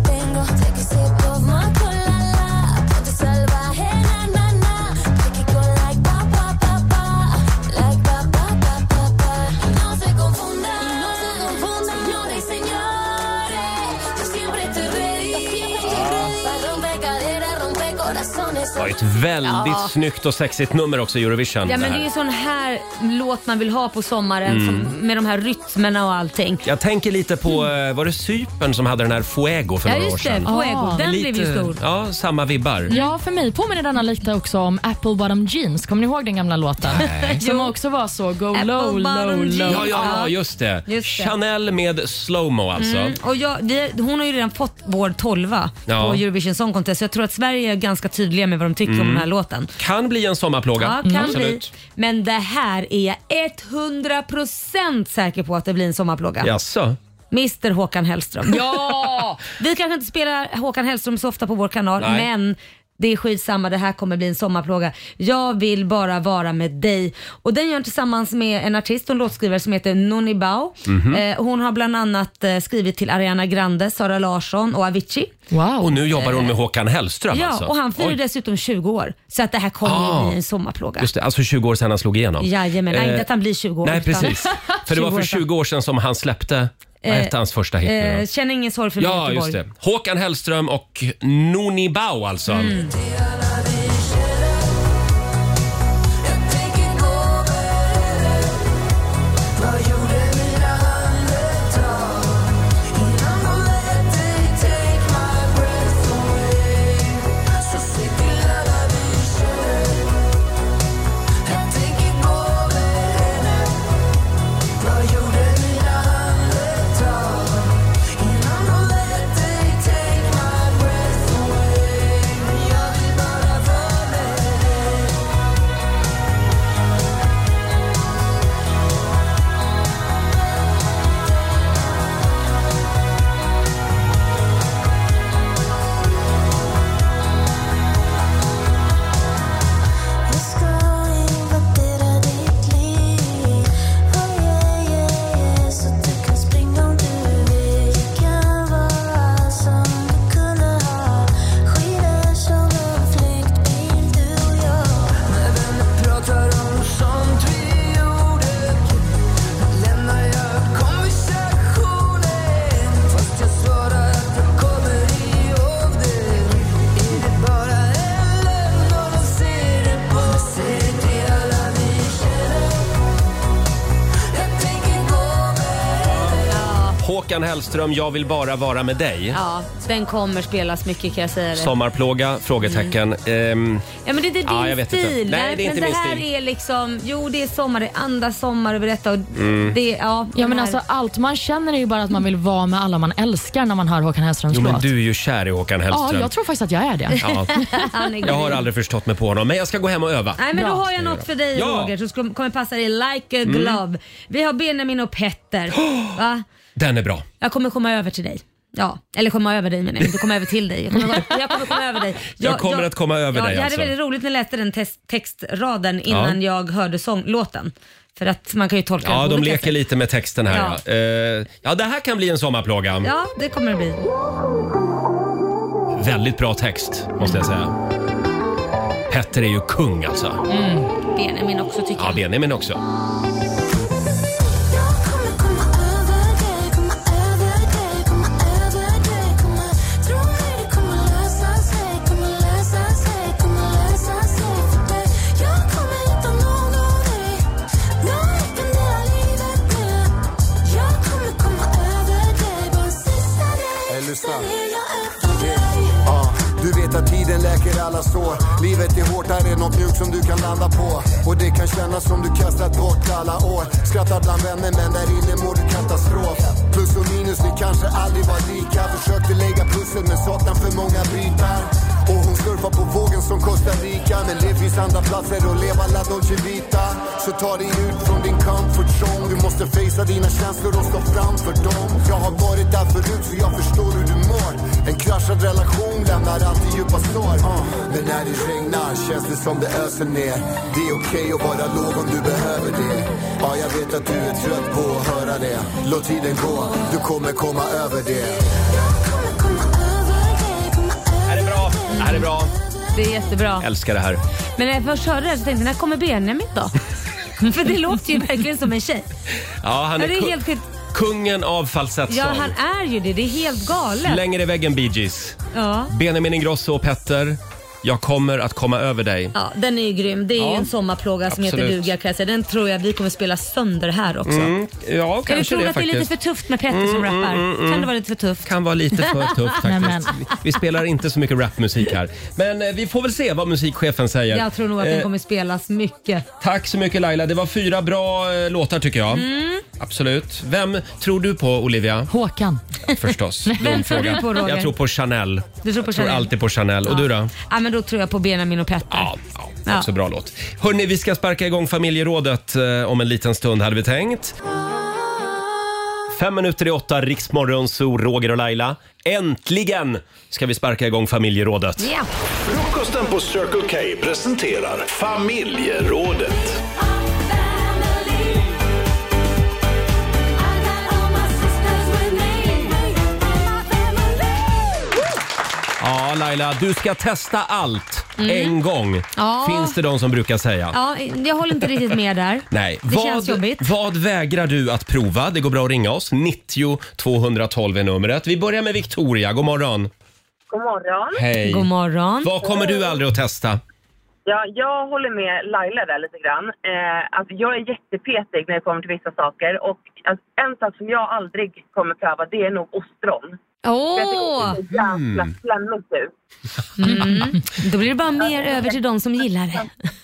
Det var ett väldigt Ja. snyggt och sexigt nummer också i Eurovision. Ja, men det det här. är ju sån här låt man vill ha på sommaren Mm. som, med de här rytmerna och allting. Jag tänker lite på, mm. var det Cypern som hade den här Fuego för Ja, några år just det. sedan? Fuego. Den Lite, blev ju stor. Ja, samma vibbar. Ja, för mig påminner denna lite också om Apple Bottom Jeans. Kommer ni ihåg den gamla låten? Nej. Som också var så go Apple low, Bottom low, Jeans. low. Ja, ja, ja, just det. Just det. Chanel med slowmo alltså. Mm. Och jag, vi, hon har ju redan fått vår tolva Ja. på Eurovision Song Contest. Så jag tror att Sverige är ganska tydliga med vad de tycker Mm. om den här låten. Kan bli en sommarplåga. Ja, kan Absolut. bli. Men det här är jag hundra procent säker på att det blir en sommarplåga. Jaså? mister Håkan Hellström. Ja! Vi kanske inte spelar Håkan Hellström så ofta på vår kanal, Nej. men det är skitsamma, det här kommer bli en sommarplåga. Jag vill bara vara med dig. Och den gör han tillsammans med en artist och en låtskrivare som heter Noni Bao. Mhm. Eh, hon har bland annat eh, skrivit till Ariana Grande, Sara Larsson och Avicii. Wow. Och nu jobbar hon med Håkan Hellström Ja, alltså? och han firar Oj. dessutom tjugo år. Så att det här kommer Ah. ju bli en sommarplåga. Just det, alltså tjugo år sedan han slog igenom. Jajamän, nej, Eh, inte att han blir tjugo år. Nej, utan precis. För det var för tjugo år sedan. tjugo år sedan som han släppte, vad hette hans första hit nu då? Eh, känner ingen sorg för mig, Ja, Göteborg. just det. Håkan Hellström och Noni Bao alltså. Mm. Håkan Hellström, jag vill bara vara med dig. Ja, den kommer spelas mycket kan jag säga det. Sommarplåga, frågetecken. Ehm, Ja, men det är inte din Ja, jag vet inte. stil. Nej, det är men inte det min här stil. är liksom, jo det är sommar, det är andra sommar över detta. Och Mm. det, ja, Ja, men här- alltså, allt man känner är ju bara att man vill vara med alla man älskar när man hör Håkan Hellströms jo, men låt. du är ju kär i Håkan Ja, Hellström. jag tror faktiskt att jag är det. Ja. Han är Jag har grym. aldrig förstått mig på honom, men jag ska gå hem och öva. Nej, men då Bra. har jag något för dig Ja. Roger som ska- kommer passa dig like a Mm. glove. Vi har Benjamin och Petter. Va? Den är bra. Jag kommer komma över till dig. Ja, eller komma över dig menar jag, inte komma över till dig. Jag kommer, jag kommer komma över dig. Jag kommer att komma över ja, dig Jag alltså. hade väldigt roligt när jag läste den text, textraden innan jag hörde sånglåten. För att man kan ju tolka den Ja, på de olika leker sätt. lite med texten här. Ja. Ja, Eh, ja det här kan bli en sommarplåga. Ja, det kommer det bli. Väldigt bra text, måste jag säga. Petter är ju kung alltså. Mm. Benjamin också tycker Ja, jag. Benjamin också. Lyssna. Ja, du vet att tiden läker alla sår. Livet är hårt, här är något mjukt som du kan landa på. Och det kan kännas som du kastat bort alla år. Skrattar bland vänner men där inne mår du katastrof. Plus och minus, ni kanske aldrig var lika. Försökte lägga pussel men saknar för många bitar. Och hon surfar på vågen som Costa Rica. Men det finns andra platser att leva la Dolce Vita. Så ta dig ut från din comfort zone. Du måste facea dina känslor och stå framför dem. Jag har varit där förut så jag förstår hur du mår. En kraschad relation lämnar alltid djupa sår. uh. Men när det regnar känns det som det öser ner. Det är okej att vara låg om du behöver det. Ja, jag vet att du är trött på att höra det. Låt tiden gå, du kommer komma över det. Är det bra? Är det bra? Det är jättebra. Älskar det här. Men när jag först hörde det så tänkte jag, när kommer Benjamin då? För det låter ju verkligen som en tjej. Ja, han är, Ja, det är ku- helt skit. kungen av falsettsång. Ja, han är ju det. Det är helt galet. Slänger iväg en Bee Gees. Ja. Benjamin Ingrosso och Petter. Jag kommer att komma över dig. Ja, den är ju grym. Det är Ja, ju en sommarplåga som absolut. heter duga, kan jag säga. Den tror jag vi kommer spela sönder här också. Mm, ja, kanske Eller tror du det att det är lite faktiskt. för tufft med Petter som Mm, rappar? mm, mm, Kan det vara lite för tufft? Kan vara lite för tufft Nej, men. faktiskt. Vi, vi spelar inte så mycket rapmusik här. Men eh, vi får väl se vad musikchefen säger. Jag tror nog att den Eh, kommer spelas mycket. Tack så mycket Laila. Det var fyra bra eh, låtar tycker jag. Mm. Absolut. Vem tror du på, Olivia? Håkan. Förstås. Vem Dum tror du fråga. på, Roger? Jag tror på Chanel. Du tror på jag tror Chanel? alltid på Chanel. Och Ja. du då? Ja, men då tror jag på Benjamin och Petter. Ja, ja. Också bra låt. Hörrni, vi ska sparka igång familjerådet eh, om en liten stund hade vi tänkt. Fem minuter i åtta, Riksmorgon, så Roger och Laila. Äntligen ska vi sparka igång familjerådet. Ja. Frukosten på Circle K presenterar familjerådet. Ja, Laila, du ska testa allt Mm. en gång. Ja. Finns det de som brukar säga. Ja, jag håller inte riktigt med där. Nej. Det känns jobbigt. Vad vägrar du att prova? Det går bra att ringa oss. nittio tvåhundratolv är numret. Vi börjar med Victoria. God morgon. God morgon. Hej. God morgon. Vad kommer du aldrig att testa? Ja, jag håller med Laila där lite grann. Eh, alltså jag är jättepetig när det kommer till vissa saker. Och alltså, en sak som jag aldrig kommer pröva, det är nog ostron. Åh! Jag tycker det ser jävla Mm. slemmigt ut. Mm. Då blir det bara mer över till de som gillar det.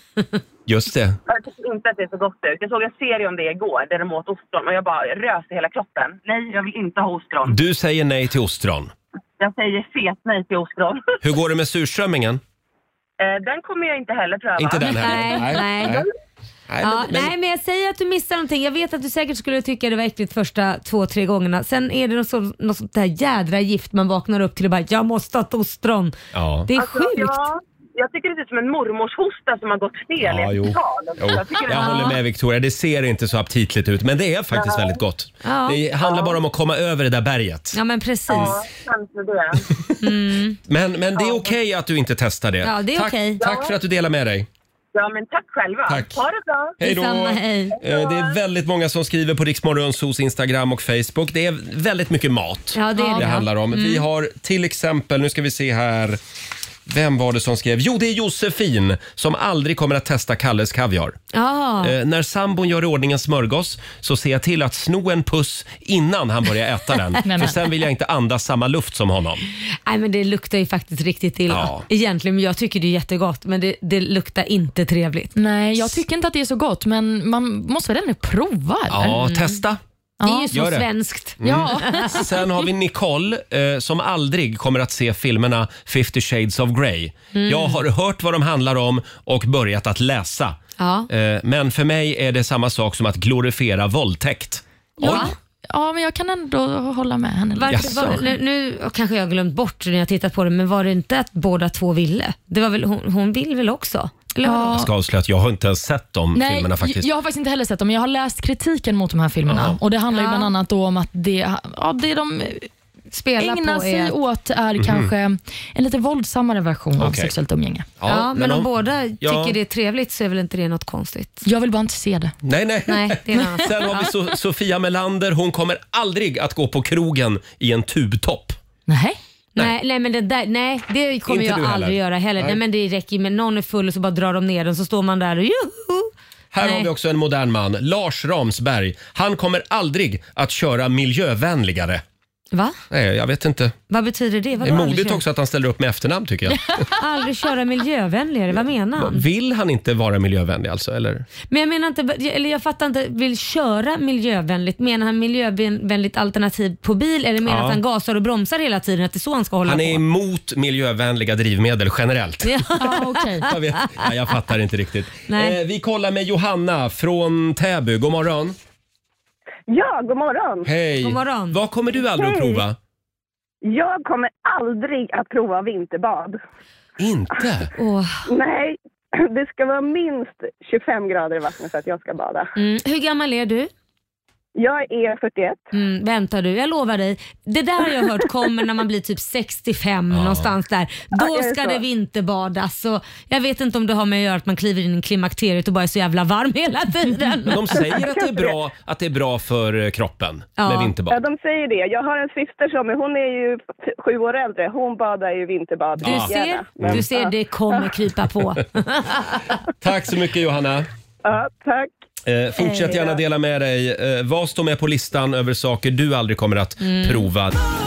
Just det. Jag tycker inte att det är så gott ut. Jag såg en serie om det igår där de åt ostron och jag bara rös i hela kroppen. Nej, jag vill inte ha ostron. Du säger nej till ostron. Jag säger fet nej till ostron. Hur går det med surströmmingen? Eh, den kommer jag inte heller pröva. Inte den heller? Nej, nej. nej. Nej, Ja, men, men, nej, men jag säger att du missar någonting. Jag vet att du säkert skulle tycka det var äckligt första två, tre gångerna. Sen är det något, så, något sånt där jädra gift man vaknar upp till och bara, jag måste ha ett ostron. Ja. Det är Alltså, sjukt. ja, jag tycker det är som en mormors hosta som har gått fel Ja, i jo. ett tal. Jo. Jag, tycker det Jag håller med Victoria, det ser inte så aptitligt ut men det är faktiskt Nej. väldigt gott. Ja. Det handlar bara om att komma över det där berget. Ja, men precis. Ja, kanske det. Mm. Men, men det är okej att du inte testar det. Ja, det är tack, okej. tack för att du delar med dig. Ja, men tack själva. Tack. Ha det bra. Hej då! Detsamma, hej. Eh, Det är väldigt många som skriver på Riksmorgonsos Instagram och Facebook. Det är väldigt mycket mat Ja, det är det det. handlar om. Mm. Vi har till exempel, nu ska vi se här. Vem var det som skrev? Jo, det är Josefin som aldrig kommer att testa Kalles kaviar. Ja. Eh, när sambon gör i ordning en smörgås så ser jag till att sno en puss innan han börjar äta den. Nej, För men. sen vill jag inte andas samma luft som honom. Nej, men det luktar ju faktiskt riktigt illa. Ja. Egentligen, men jag tycker det är jättegott, men det, det luktar inte trevligt. Nej, jag tycker inte att det är så gott, men man måste väl ändå prova? Eller? Ja, testa. Det är ju så Gör det. svenskt. Mm. Ja. Sen har vi Nicole eh, som aldrig kommer att se filmerna Fifty Shades of Grey. Mm. Jag har hört vad de handlar om och börjat att läsa. Ja. Eh, men för mig är det samma sak som att glorifiera våldtäkt. Ja. Ja, men jag kan ändå hålla med henne. lite. Varför, var, nu, nu kanske jag har glömt bort när jag tittat på det, men var det inte att båda två ville? Det var väl, hon, hon vill väl också? Eller vadå? Jag ska avslöja att jag har inte ens sett de Nej, filmerna faktiskt. jag har faktiskt inte heller sett dem, men jag har läst kritiken mot de här filmerna. Jaha. Och det handlar ju Ja. bland annat då om att det, ja, det de Spela ägnar på sig är... åt är Mhm. kanske en lite våldsammare version av Okej. sexuellt umgänge. Ja, men om, båda ja. tycker det är trevligt så är väl inte det något konstigt? Jag vill bara inte se det. Nej, nej. Nej, det är en annan sak. Sen har vi so- Sofia Melander. Hon kommer aldrig att gå på krogen i en tubtopp. Nej. Nej, nej, men det där, nej, det kommer Inte jag du heller. aldrig göra heller. Nej. Nej. men det räcker med någon är full och så bara drar de ner den så står man där och juhu. Här Nej. har vi också en modern man, Lars Ramsberg. Han kommer aldrig att köra miljövänligare. Va? Nej, jag vet inte. Vad betyder det? Det Vad är modigt också att han ställer upp med efternamn tycker jag. Aldrig köra miljövänligare, vad menar han? Vill han inte vara miljövänlig alltså? Eller? Men jag menar inte, eller jag fattar inte, vill köra miljövänligt, menar han miljövänligt alternativ på bil eller menar Ja. att han gasar och bromsar hela tiden, att det är så han ska hålla Han på? är emot miljövänliga drivmedel generellt. Ja, okej. Jag, vet, ja, jag fattar inte riktigt. Nej. Eh, vi kollar med Johanna från Täby. God morgon. Ja, god morgon. Hej. God morgon. Vad kommer du aldrig att Hej. prova? Jag kommer aldrig att prova vinterbad. Inte? Åh. Nej, det ska vara minst tjugofem grader i vattnet för att jag ska bada. Mm. Hur gammal är du? Jag är fyrtioett. Mm, vänta du, jag lovar dig. Det där har jag hört kommer när man blir typ sextiofem ja. någonstans där. Då ja, ska så. det vinterbadas. Så jag vet inte om det har med att göra att man kliver in i klimakteriet och bara är så jävla varm hela tiden. Men de säger att det är bra, att det är bra för kroppen ja. med vinterbad. Ja, de säger det. Jag har en syster som hon är ju sju år äldre. Hon badar ju vinterbad. Du ja. ser, Men, du ser ja. det kommer krypa på. Tack så mycket Johanna. Ja, tack. Eh, fortsätt gärna dela med dig. Eh, vad står med på listan över saker du aldrig kommer att mm. prova?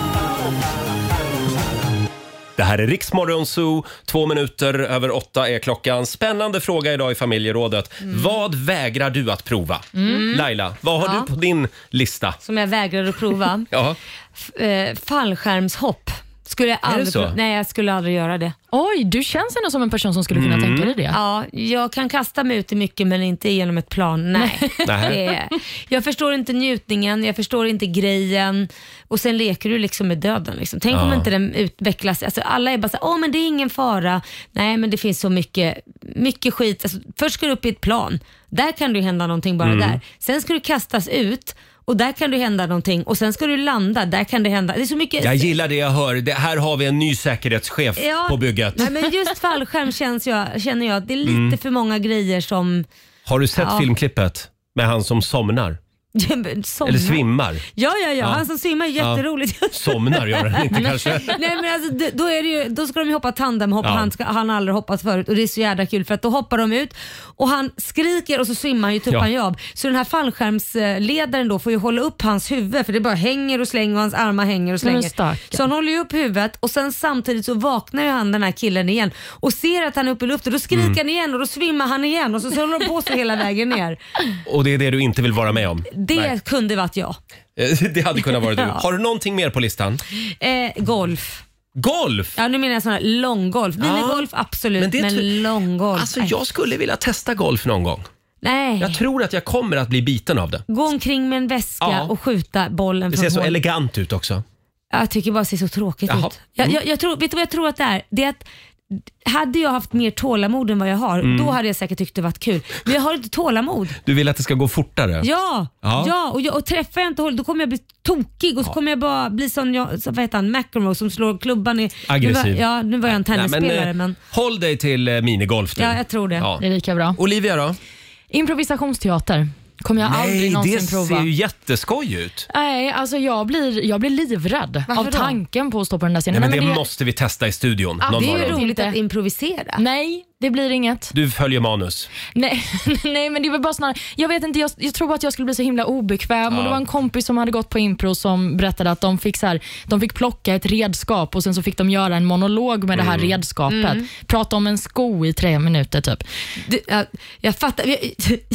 Det här är Riksmorgon Zoo. Två minuter över åtta är klockan. Spännande fråga idag i familjerådet. Mm. Vad vägrar du att prova? Mm. Laila, vad har ja. du på din lista? Som jag vägrar att prova? ja. F- eh, fallskärmshopp. Skulle jag aldrig prova. Nej, jag skulle aldrig göra det. Oj, du känns ändå som en person som skulle kunna mm. tänka dig det. Ja, jag kan kasta mig ut i mycket men inte genom ett plan. Nej. det, jag förstår inte njutningen, jag förstår inte grejen och sen leker du liksom med döden. Liksom. Tänk ja. om inte den utvecklas. Alltså, alla är bara så, åh men det är ingen fara. Nej, men det finns så mycket, mycket skit. Alltså, först ska du upp i ett plan. Där kan det hända någonting bara mm. där. Sen ska du kastas ut. Och där kan det hända någonting. Och sen ska du landa, där kan det hända. Det är så mycket... Jag gillar det jag hör. Det, här har vi en ny säkerhetschef ja, på bygget. Nej, men just fallskärm känns jag, känner jag att det är lite mm. för många grejer som... Har du sett ja. filmklippet med han som somnar? Somnar. Eller svimmar. Ja, ja, ja, ja. Han som svimmar är jätteroligt. Ja. Somnar gör han inte kanske. Nej, men alltså, då, är det ju, då ska de ju hoppa tandemhopp. Ja. Han, ska, han har aldrig hoppat förut och det är så jävla kul för att då hoppar de ut och han skriker och så svimmar han ju tuppar ja. jobb. Så den här fallskärmsledaren då får ju hålla upp hans huvud för det bara hänger och slänger och hans armar hänger och slänger. Så han håller ju upp huvudet och sen samtidigt så vaknar ju han den här killen igen och ser att han är uppe i luften. Då skriker mm. han igen och då svimmar han igen och så, så håller de på sig hela vägen ner. Och det är det du inte vill vara med om? Det Nej. kunde varit jag. Det hade kunnat vara du. Ja. Har du någonting mer på listan? Eh, golf. Golf? Ja, nu menar jag sån här långgolf. Minigolf, ja. absolut, men, det men t- långgolf. Alltså jag skulle vilja testa golf någon gång. Nej. Jag tror att jag kommer att bli biten av det. Gå omkring med en väska ja. och skjuta bollen. Det ser så håll. elegant ut också. Jag tycker bara det ser så tråkigt Jaha. ut. Jag, jag, jag tror, vet du vad jag tror att det är? Det är att hade jag haft mer tålamod än vad jag har, mm. då hade jag säkert tyckt det varit kul. Men jag har inte tålamod. Du vill att det ska gå fortare? Ja, ja. ja och, jag, och träffar jag inte håll, då kommer jag bli tokig och så ja. kommer jag bara bli sån, jag, så, vad heter han, McEnroe som slår klubban i... Aggressiv. Nu var, ja, nu var jag en tennisspelare. Nej, men, men... Håll dig till eh, minigolf du. Ja, jag tror det. Ja. Det är lika bra. Olivia då? Improvisationsteater. Kommer jag Nej, aldrig någonsin prova. det ser ju jätteskoj ut. Nej, alltså jag blir, jag blir livrädd Varför av då? tanken på att stå på den där scenen. Nej, men Nej, det, men det måste vi testa i studion. Ah, någon det är morgon. ju roligt att improvisera. Nej, det blir inget. Du följer manus. Nej, nej men det var bara snarare, jag vet inte, jag, jag tror att jag skulle bli så himla obekväm ja. och det var en kompis som hade gått på impro som berättade att de fick så här, de fick plocka ett redskap och sen så fick de göra en monolog med mm. det här redskapet. Mm. Prata om en sko i tre minuter typ. Du, jag, jag fattar. Jag,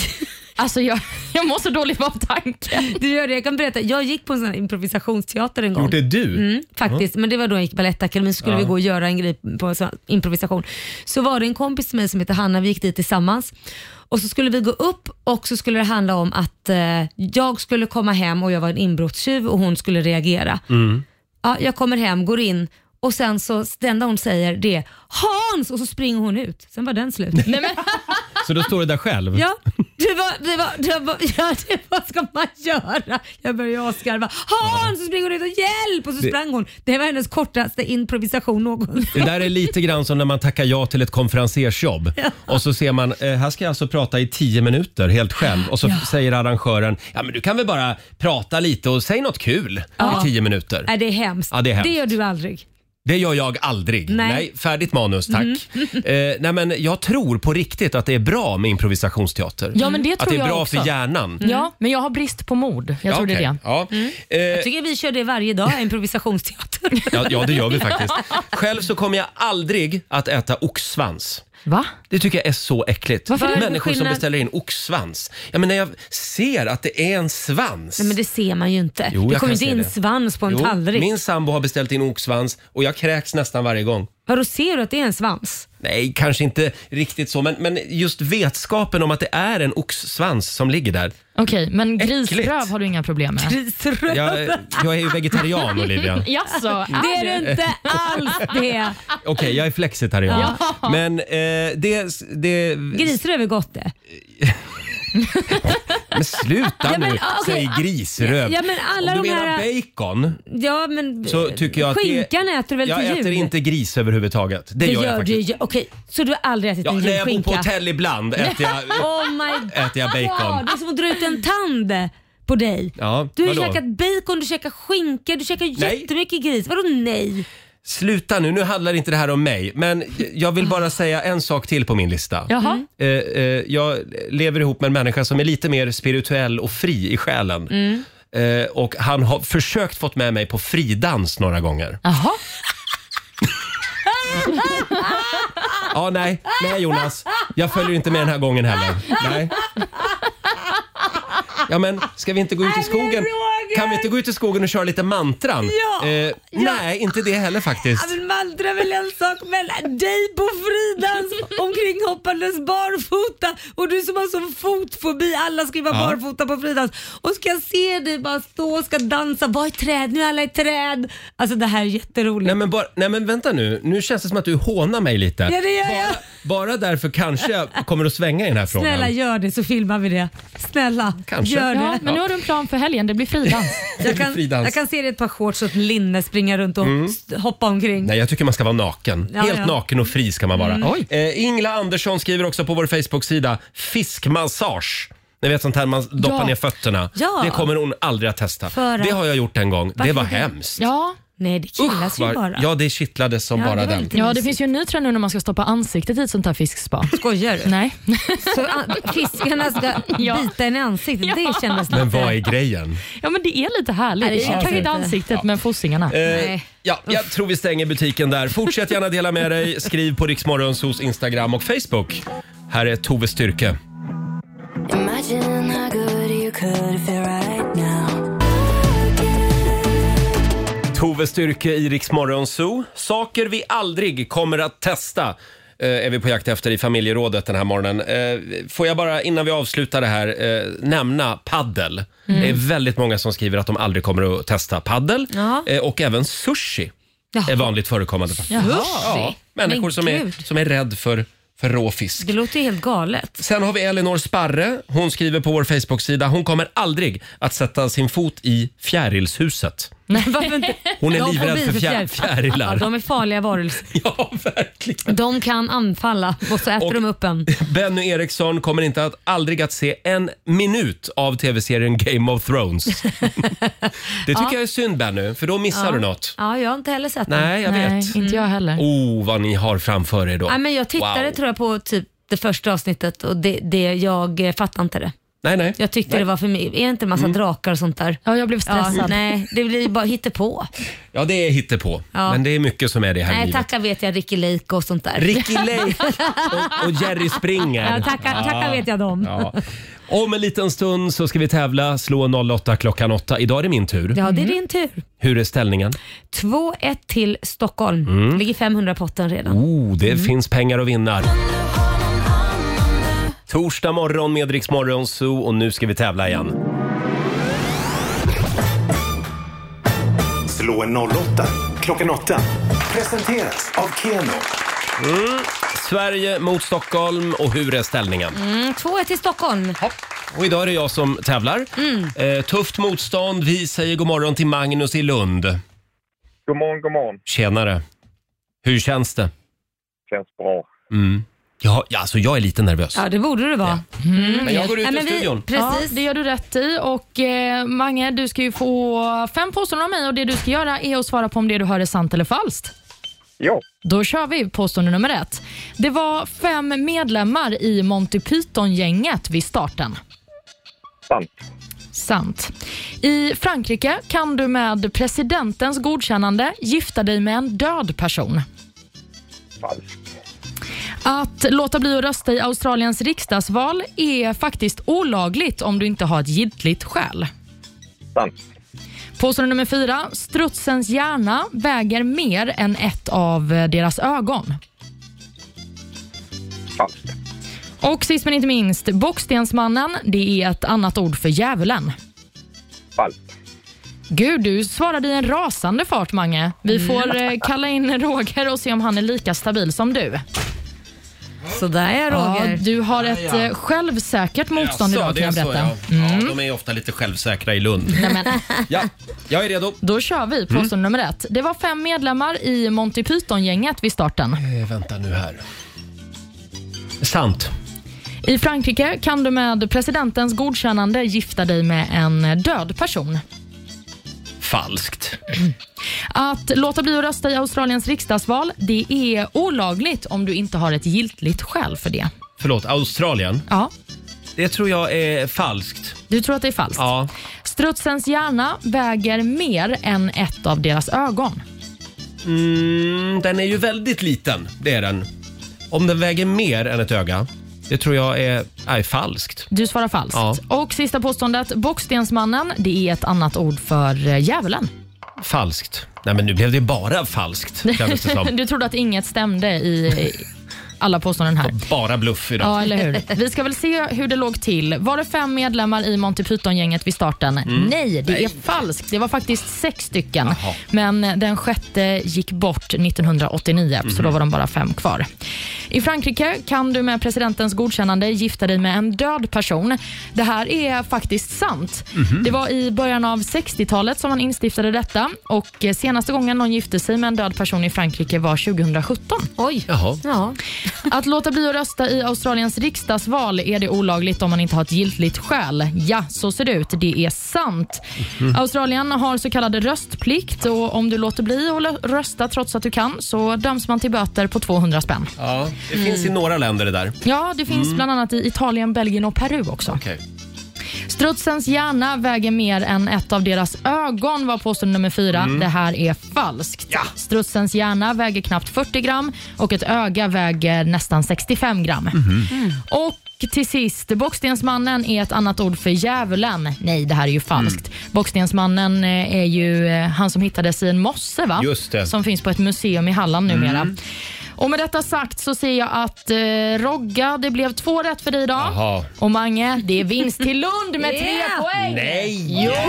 Alltså jag, jag mår så dåligt av tanken. Du gör det, jag kan berätta. Jag gick på en sån här improvisationsteater en gång. Gjorde du? Mm, faktiskt, mm. men det var då jag gick Balettakademin. Så skulle ja. vi gå och göra en grej på en sån improvisation. Så var det en kompis till mig som heter Hanna, vi gick dit tillsammans. Och så skulle vi gå upp och så skulle det handla om att eh, jag skulle komma hem och jag var en inbrottstjuv och hon skulle reagera. Mm. Ja, jag kommer hem, går in och sen så det enda hon säger det är Hans och så springer hon ut. Sen var den slut. Nej, men... Så då står du där själv? Ja, det var, det var, det var, ja, det, vad ska man göra? Jag började asgarva. Hans så springer hon ut och hjälp och så sprang hon. Det var hennes kortaste improvisation någonsin. Det där är lite grann som när man tackar ja till ett konferensersjobb. Ja. Och så ser man, eh, här ska jag alltså prata i tio minuter helt själv. Och så ja. säger arrangören, ja men du kan väl bara prata lite och säg något kul ja. i tio minuter. Nej, det är hemskt. Ja, det är hemskt. Det gör du aldrig. Det gör jag aldrig. Nej, nej färdigt manus, tack. Mm. eh, nej, men jag tror på riktigt att det är bra med improvisationsteater. Ja, men det tror att det är jag bra också. för hjärnan. Mm. Ja, men jag har brist på mod. Jag ja, tror okay. det är det. Ja. Mm. Eh, jag tycker vi kör det varje dag, improvisationsteater. ja, ja, det gör vi faktiskt. Själv så kommer jag aldrig att äta oxsvans. Va? Det tycker jag är så äckligt. Varför? Människor som beställer in oxsvans. Ja, men när jag ser att det är en svans. Nej, men det ser man ju inte. Jo, det kommer inte in det. svans på en jo, tallrik. Min sambo har beställt in oxsvans och jag kräks nästan varje gång. Vadå, ser du att det är en svans? Nej, kanske inte riktigt så. Men, men just vetskapen om att det är en oxsvans som ligger där. Okej, men grisröv har du inga problem med? Grisröv? Jag, jag är ju vegetarian, Olivia. Jaså, är det är du inte alls det. Okej, okay, jag är flexitarian. Ja. Men eh, det, det... Grisröv är gott det. Men sluta Ja, men, nu, okej, säg grisröv. Ja, men alla Om du de menar här... bacon, Ja, men så tycker jag att skinkan det... äter du väl jag till jul? äter inte gris överhuvudtaget. Det, det gör jag gör faktiskt. du, okej, så du har aldrig ätit Ja, en när jag bor julskinka? på hotell ibland äter jag, Oh my äter jag bacon. God, det är som att dra ut en tand på dig. Ja, Du har vadå? käkat bacon, du käkar skinka, du käkar Nej. jättemycket gris. Vadå nej? Sluta nu, nu handlar inte det här om mig. Men jag vill bara säga en sak till på min lista. Jaha. Eh, eh, jag lever ihop med en människa som är lite mer spirituell och fri i själen. Mm. Eh, och han har försökt fått med mig på fridans några gånger. Jaha. Ja, nej, nej Jonas. Jag följer inte med den här gången heller. Nej. Ja, men ska vi inte gå ut i skogen? Kan vi inte gå ut i skogen och köra lite mantran? Ja. Eh, Ja. Nej, inte det heller faktiskt. Ja, men mantra är väl en sak, men dig på fridans omkring hoppandes barfota och du som har sån fotfobi, alla ska ju vara Ja. barfota på fridans och ska se dig bara stå och ska dansa, var i träd, nu är alla i träd. Alltså det här är jätteroligt. Nej men, bara, nej men vänta nu, nu känns det som att du hånar mig lite. Ja, det gör jag. Bara, bara därför kanske jag kommer att svänga i den här frågan. Snälla gör det så filmar vi det. Snälla, Kanske. gör det. Ja, men nu har du en plan för helgen. Det blir fridans. Jag kan, Fridans. jag kan se det ett par shorts och ett linne springa runt och Mm. st- hoppa omkring. Nej, jag tycker man ska vara naken. Ja, Helt ja. naken och fri ska man vara. Mm. Oj. Eh, Ingla Andersson skriver också på vår Facebook-sida fiskmassage. Ni vet sånt här man doppar Ja. ner fötterna. Ja. Det kommer hon aldrig att testa. För att- Det har jag gjort en gång. Det Varför var det? hemskt. Ja. Nej, det killas ju Var- bara. Ja, det kittlade som Ja, bara det var den. lite Ja, det finns ju en ny trend nu när man ska stoppa ansiktet i ett sånt här fiskspa. Skojar du? Nej. Så an- fiskarna ska Ja. bita en i ansiktet, det kändes Men lite... vad är grejen? Ja, men det är lite härligt. Nej, det känns Kanske inte inte. ansiktet, men fossingarna. Eh, Nej. ja, jag tror vi stänger butiken där. Fortsätt gärna dela med dig. Skriv på Riksmorgonsos Instagram och Facebook. Här är Tove Styrke. Imagine how good you could feel right now. Tove Styrke i Riksmorgonso. Saker vi aldrig kommer att testa eh, är vi på jakt efter i familjerådet den här morgonen. Eh, får jag bara innan vi avslutar det här eh, nämna paddel. Mm. Det är väldigt många som skriver att de aldrig kommer att testa paddel. Ja. Eh, och även sushi Jaha. är vanligt förekommande. Jaha. Ja, människor Men som är, gud. som är rädd för, för rå fisk. Det låter ju helt galet. Sen har vi Elinor Sparre. Hon skriver på vår Facebook-sida. Hon kommer aldrig att sätta sin fot i fjärilshuset. Nej, varför inte? Hon är De får livrädd bli för fjär- fjär- fjärilar. Ja, de är farliga varelser. Ja, verkligen. De kan anfalla och så äter Och- de upp en. Benny Eriksson kommer inte att, aldrig att se en minut av tv-serien Game of Thrones. Det tycker Ja. jag är synd, Benny, för då missar Ja. du något. Ja, jag har inte heller sett den. Nej, jag Nej, vet. inte jag heller. Oh, vad ni har framför er då. Nej, men jag tittade Wow. tror jag på typ det första avsnittet och det, det, jag eh, fattade inte det. Nej, nej. Jag tyckte nej. det var för mycket. Är det inte en massa drakar och sånt där? Ja, jag blev stressad. Ja, nej, det blir bara hittepå. Ja, det är hittepå. Ja. Men det är mycket som är det här Nej, livet. tacka vet jag Ricky Lake och sånt där. Ricky Lake och, och Jerry Springer. Ja, tacka, tacka vet jag dem. Ja. Om en liten stund så ska vi tävla. Slå noll åtta klockan åtta. Idag är det min tur. Ja, det är din tur. Hur är ställningen? två ett till Stockholm. Mm. Ligger femhundra potten redan. Oh, det finns pengar att vinna. Torsdag morgon med Rix Morgon Zoo och nu ska vi tävla igen. Slå en noll åtta klockan åtta. Presenteras av Keno. Mm. Sverige mot Stockholm och hur är ställningen? Mm, två ett till Stockholm. Och idag är det jag som tävlar. Mm. Eh, tufft motstånd. Vi säger god morgon till Magnus i Lund. God morgon, god morgon. Tjenare. Hur känns det? Känns bra. Mm. Ja, ja, alltså jag är lite nervös. Ja, det borde det vara. Mm. Men jag går ut Nej, ur men vi- studion. Precis. Ja, det gör du rätt i. Och eh, Mange, du ska ju få fem påståenden av mig och det du ska göra är att svara på om det du hör är sant eller falskt. Ja. Då kör vi påstående nummer ett. Det var fem medlemmar i Monty Python-gänget vid starten. Sant. Sant. I Frankrike kan du med presidentens godkännande gifta dig med en död person. Falskt. Att låta bli att rösta i Australiens riksdagsval är faktiskt olagligt om du inte har ett giltigt skäl. Sant. Påstående nummer fyra. Strutsens hjärna väger mer än ett av deras ögon. Falskt. Och sist men inte minst, bockstensmannen, det är ett annat ord för djävulen. Falskt. Gud, du svarade i en rasande fart, Mange. Vi får Mm. eh, kalla in Roger och se om han är lika stabil som du. Sådär ja, Roger. Ja, du har ett Ja, ja. eh, självsäkert motstånd Jaså, idag, kan jag det är så, berätta. ja. Mm. Ja, de är ju ofta lite självsäkra i Lund. Nej, men, Ja, jag är redo. då kör vi påstående Mm. nummer ett. Det var fem medlemmar i Monty Python-gänget vid starten. Eh, vänta nu här. Sant. I Frankrike kan du med presidentens godkännande gifta dig med en död person. Falskt. Att låta bli att rösta i Australiens riksdagsval, det är olagligt om du inte har ett giltigt skäl för det. Förlåt, Australien? Ja. Det tror jag är falskt. Du tror att det är falskt? Ja. Strutsens hjärna väger mer än ett av deras ögon. Mm, den är ju väldigt liten, det är den. Om den väger mer än ett öga, det tror jag är, är falskt. Du svarar falskt. Ja. Och sista påståendet, bockstensmannen, det är ett annat ord för eh, djävulen. Falskt. Nej, men nu blev det bara falskt, kändes det som. Du trodde att inget stämde i alla påståenden här. Bara bluff idag. Ja, eller hur? Vi ska väl se hur det låg till. Var det fem medlemmar i Monty Python-gänget vid starten? Mm. Nej, det Nej. är falskt. Det var faktiskt sex stycken. Jaha. Men den sjätte gick bort nittonhundraåttionio, Mm. så då var de bara fem kvar. I Frankrike kan du med presidentens godkännande gifta dig med en död person. Det här är faktiskt sant. Mhm. Det var i början av sextiotalet som man instiftade detta, och senaste gången någon gifte sig med en död person i Frankrike var tjugosjutton. Oj. Jaha. Ja. Att låta bli att rösta i Australiens riksdagsval, är det olagligt om man inte har ett giltigt skäl? Ja, så ser det ut. Det är sant. Mm. Australien har så kallad röstplikt, och om du låter bli att rösta trots att du kan, så döms man till böter på tvåhundra spänn. Ja, det finns i några länder det där. Ja, det finns Mm. bland annat i Italien, Belgien och Peru också. Okej. Strutsens hjärna väger mer än ett av deras ögon, var påstående nummer fyra. Mm. Det här är falskt. Ja. Strutsens hjärna väger knappt fyrtio gram och ett öga väger nästan sextiofem gram. Mhm. Och till sist, bockstensmannen är ett annat ord för djävulen. Nej, det här är ju falskt. Mm. Bockstensmannen eh, är ju eh, han som hittades i en mosse, va? Just det. Som finns på ett museum i Halland numera. Mm. Och med detta sagt så ser jag att eh, Rogga, det blev två rätt för dig idag. Jaha. Och Mange, det är vinst till Lund med tre Yeah. poäng. Nej! Jo!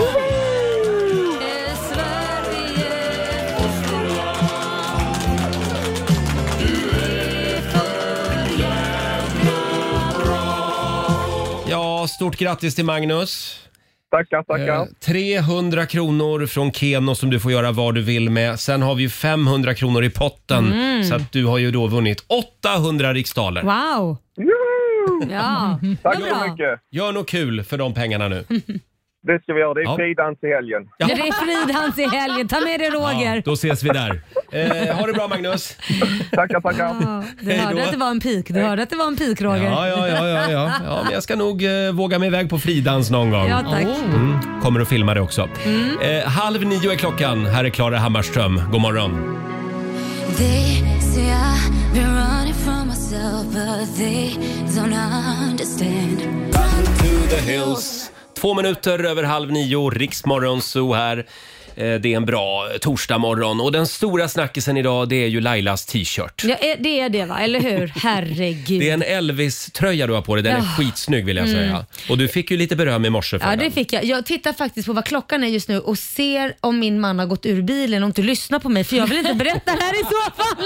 Ja, stort grattis till Magnus. Tackar, tackar. Eh, trehundra kronor från Keno som du får göra vad du vill med. Sen har vi ju femhundra kronor i potten. Mm. Så att du har ju då vunnit åttahundra riksdaler. Wow. Ja, Tack vad så bra. mycket. Gör något kul för de pengarna nu. Det ska vi göra. Det är Ja. fridans i helgen. Ja. Det är fridans i helgen. Ta med dig Roger. Ja, då ses vi där. Eh, ha det bra Magnus. Tackar, tackar. Ja, du Hej hörde då. att det var en pik. Du hörde att det var en pik, Roger. Ja, ja, ja, ja, ja. ja men jag ska nog eh, våga mig iväg på fridans någon gång. Ja, tack. Mm. Kommer att filma det också. Mm. Eh, halv nio är klockan. Här är Klara Hammarström. God morgon. They say I've been running from myself, but they don't understand. To the hills. Två minuter över halv nio, Riksmorgon Zoo här. Eh, Det är en bra torsdagmorgon och den stora snackisen idag, det är ju Lailas t-shirt. Ja, eh, det är det va, eller hur? Herregud. Det är en Elvis-tröja du har på dig, den är Ja. skitsnygg vill jag Mm. säga. Och du fick ju lite beröm i morse för Ja, den. det fick jag. Jag tittar faktiskt på vad klockan är just nu och ser om min man har gått ur bilen och inte lyssnar på mig, för jag vill inte berätta det här i så fall.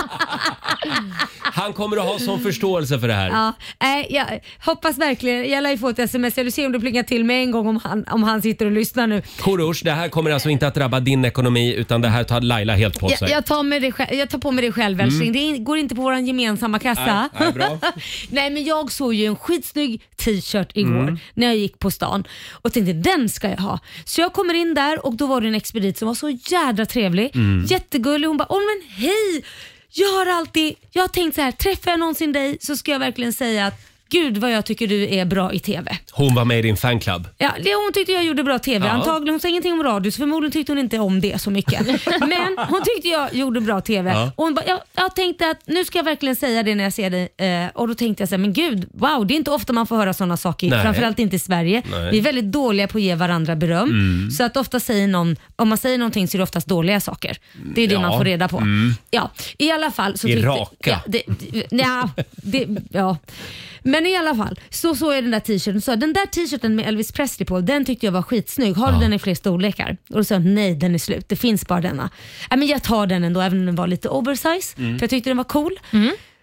Han kommer att ha sån förståelse för det här. Ja, nej, jag hoppas verkligen. Jag lär ju få ett sms. Jag vill se om du plingar till med en gång om han, om han sitter och lyssnar nu. Korosh, det här kommer alltså inte att drabba din ekonomi utan det här tar Laila helt på sig. Jag, jag, tar med det själv, jag tar på mig det själv, älskling. Mm. Det in- går inte på vår gemensamma kassa. Nej, nej, bra. Nej, men jag såg ju en skitsnygg t-shirt igår Mm. när jag gick på stan och tänkte den ska jag ha. Så jag kommer in där och då var det en expedit som var så jädra trevlig. Mm. Jättegullig. Hon bara, åh men hej! Jag har alltid, jag har tänkt så här, träffar jag någonsin dig så ska jag verkligen säga att gud vad jag tycker du är bra i T V. Hon var med i din fanclub. Ja, det, hon tyckte jag gjorde bra T V. Ja. Antagligen, hon sa ingenting om radio så förmodligen tyckte hon inte om det så mycket. Men hon tyckte jag gjorde bra T V. Ja. Och hon bara, jag, jag tänkte att nu ska jag verkligen säga det när jag ser dig. Eh, och då tänkte jag så här, men gud, wow, det är inte ofta man får höra sådana saker. Nej. Framförallt inte i Sverige. Nej. Vi är väldigt dåliga på att ge varandra beröm. Mm. Så att ofta säger någon, om man säger någonting så är det oftast dåliga saker. Det är det Ja. man får reda på. Mm. Ja, i alla fall så I tyckte raka. Ja, det, det, nja, det, ja. Men i alla fall, så såg jag den där t-shirten. Så den där t-shirten med Elvis Presley på, den tyckte jag var skitsnygg. Har du Ja. den i fler storlekar? Och då sa jag, nej den är slut. Det finns bara denna. Ja, men jag tar den ändå, även om den var lite oversize. Mm. För jag tyckte den var cool.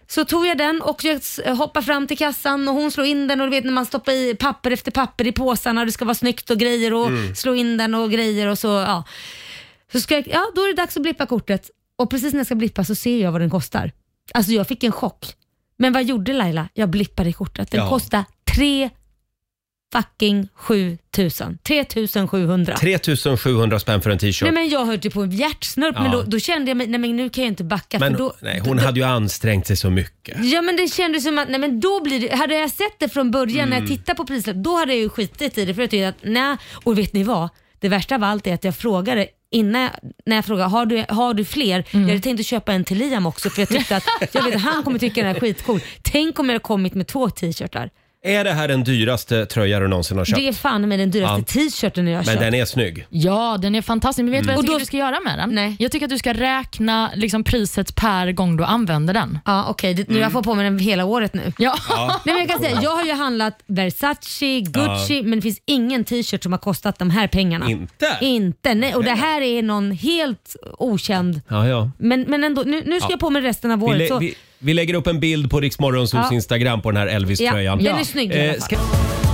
Så tog jag den och jag hoppade fram till kassan och hon slår in den och du vet när man stoppar i papper efter papper i påsarna och det ska vara snyggt och grejer och mm. slå in den och grejer och så ja. Så ska jag, ja då är det dags att blippa kortet och precis när jag ska blippa så ser jag vad den kostar. Alltså jag fick en chock. Men vad gjorde Laila? Jag blippade i kortet. Den ja. kostar tre fucking sju tusen. tre tusen sjuhundra. tre tusen sjuhundra spänn för en t-shirt. Nej men jag hörde på en hjärtsnörp ja. men då, då kände jag mig, nej men nu kan jag inte backa. Men för då, nej, hon då, hade ju ansträngt sig så mycket. Ja men det kändes som att, nej men då blir det, hade jag sett det från början mm. när jag tittar på priset, då hade jag ju skitit i det för jag tyckte att nej, och vet ni vad? Det värsta av allt är att jag frågade innan jag, när jag frågade, har du, har du fler? Mm. Jag hade tänkt att köpa en till Liam också för jag tyckte att jag vet, han kommer tycka den här skitcool. Tänk om jag hade kommit med två t-shirtar. Är det här den dyraste tröja du någonsin har köpt? Det är fan med den dyraste ja. t-shirten jag har Men köpt. den är snygg. Ja, den är fantastisk. Men vet du mm. vad jag tycker då... du ska göra med den? Nej. Jag tycker att du ska räkna liksom, priset per gång du använder den. Ja, okej. Okay. Mm. Jag får på mig den hela året nu. Ja. ja. Nej, men jag kan säga, jag har ju handlat Versace, Gucci, ja. men det finns ingen t-shirt som har kostat de här pengarna. Inte? Inte. Nej. Och det här är någon helt okänd. Ja, ja. Men, men ändå, nu, nu ska ja. jag på mig resten av året. Vi, så... vi, vi lägger upp en bild på Rix Morgonzoos ja. Instagram på den här Elvis-tröjan. Ja, den är snygg i alla fall. Ska...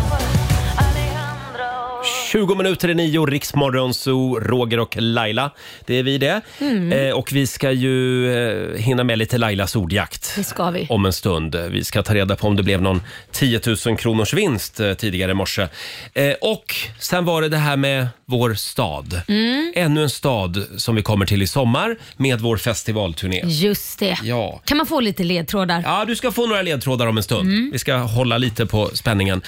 tjugo minuter i nio, Rix Morgonzoo, Roger och Laila. Det är vi det. Mm. Eh, och vi ska ju eh, hinna med lite Lailas ordjakt. Det ska vi. Om en stund. Vi ska ta reda på om det blev någon tio tusen kronors vinst eh, tidigare i morse. Eh, och sen var det det här med vår stad. Mm. Ännu en stad som vi kommer till i sommar med vår festivalturné. Just det. Ja. Kan man få lite ledtrådar? Ja, du ska få några ledtrådar om en stund. Mm. Vi ska hålla lite på spänningen.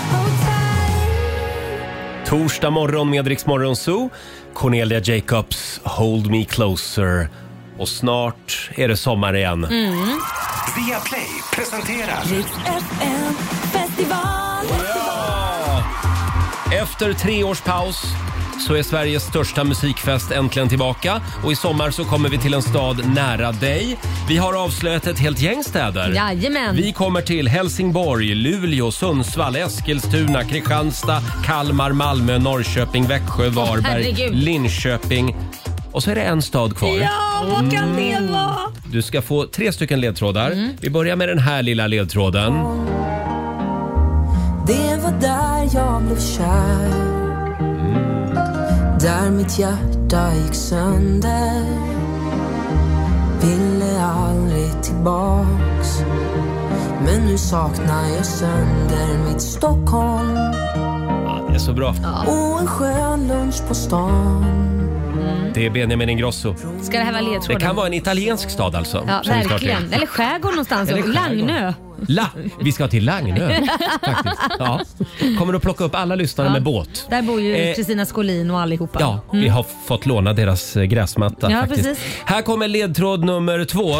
Torsdag morgon med Rix Morgonzoo. Cornelia Jacobs, Hold Me Closer. Och snart är det sommar igen. Mm. Via Play presenterar Rix F M festival. Ja! Efter tre års paus så är Sveriges största musikfest äntligen tillbaka. Och i sommar så kommer vi till en stad nära dig. Vi har avslöjat ett helt gäng städer. Jajamän. Vi kommer till Helsingborg, Luleå, Sundsvall, Eskilstuna, Kristianstad, Kalmar, Malmö, Norrköping, Växjö, Varberg, oh, Linköping. Och så är det en stad kvar. Ja, vad kan det vara? Du ska få tre stycken ledtrådar. Mm. Vi börjar med den här lilla ledtråden. Det var där jag blev kär. Där mitt hjärta gick sönder. Ville aldrig tillbaks. Men nu saknar jag sönder mitt Stockholm. Ja, det är så bra. Och en skön lunch på stan. Det är Benjamin Ingrosso. Ska det här vara ledtråden? Det kan vara en italiensk stad alltså. Ja, verkligen. Eller skärgård någonstans. Eller Lagnö. La, vi ska till Lagnö faktiskt. Ja. Kommer att plocka upp alla lyssnare ja. med båt. Där bor ju Kristina eh, Skolin och allihopa. Ja, mm. vi har fått låna deras gräsmatta ja, faktiskt. Precis. Här kommer ledtråd nummer två.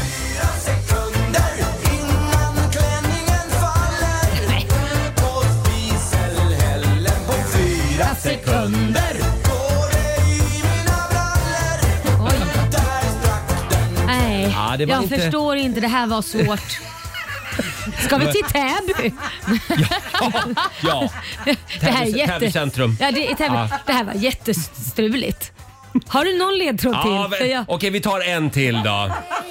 Fyra sekunder. Nej, ja, jag inte... förstår inte. Det här var svårt. Ska vi till Täby? Ja, ja. Det här är jätte... Täby centrum. Ja, det, Täby. Ja. Det här var jättestruligt. Har du någon ledtråd ja, till? Jag... Okej, vi tar en till då.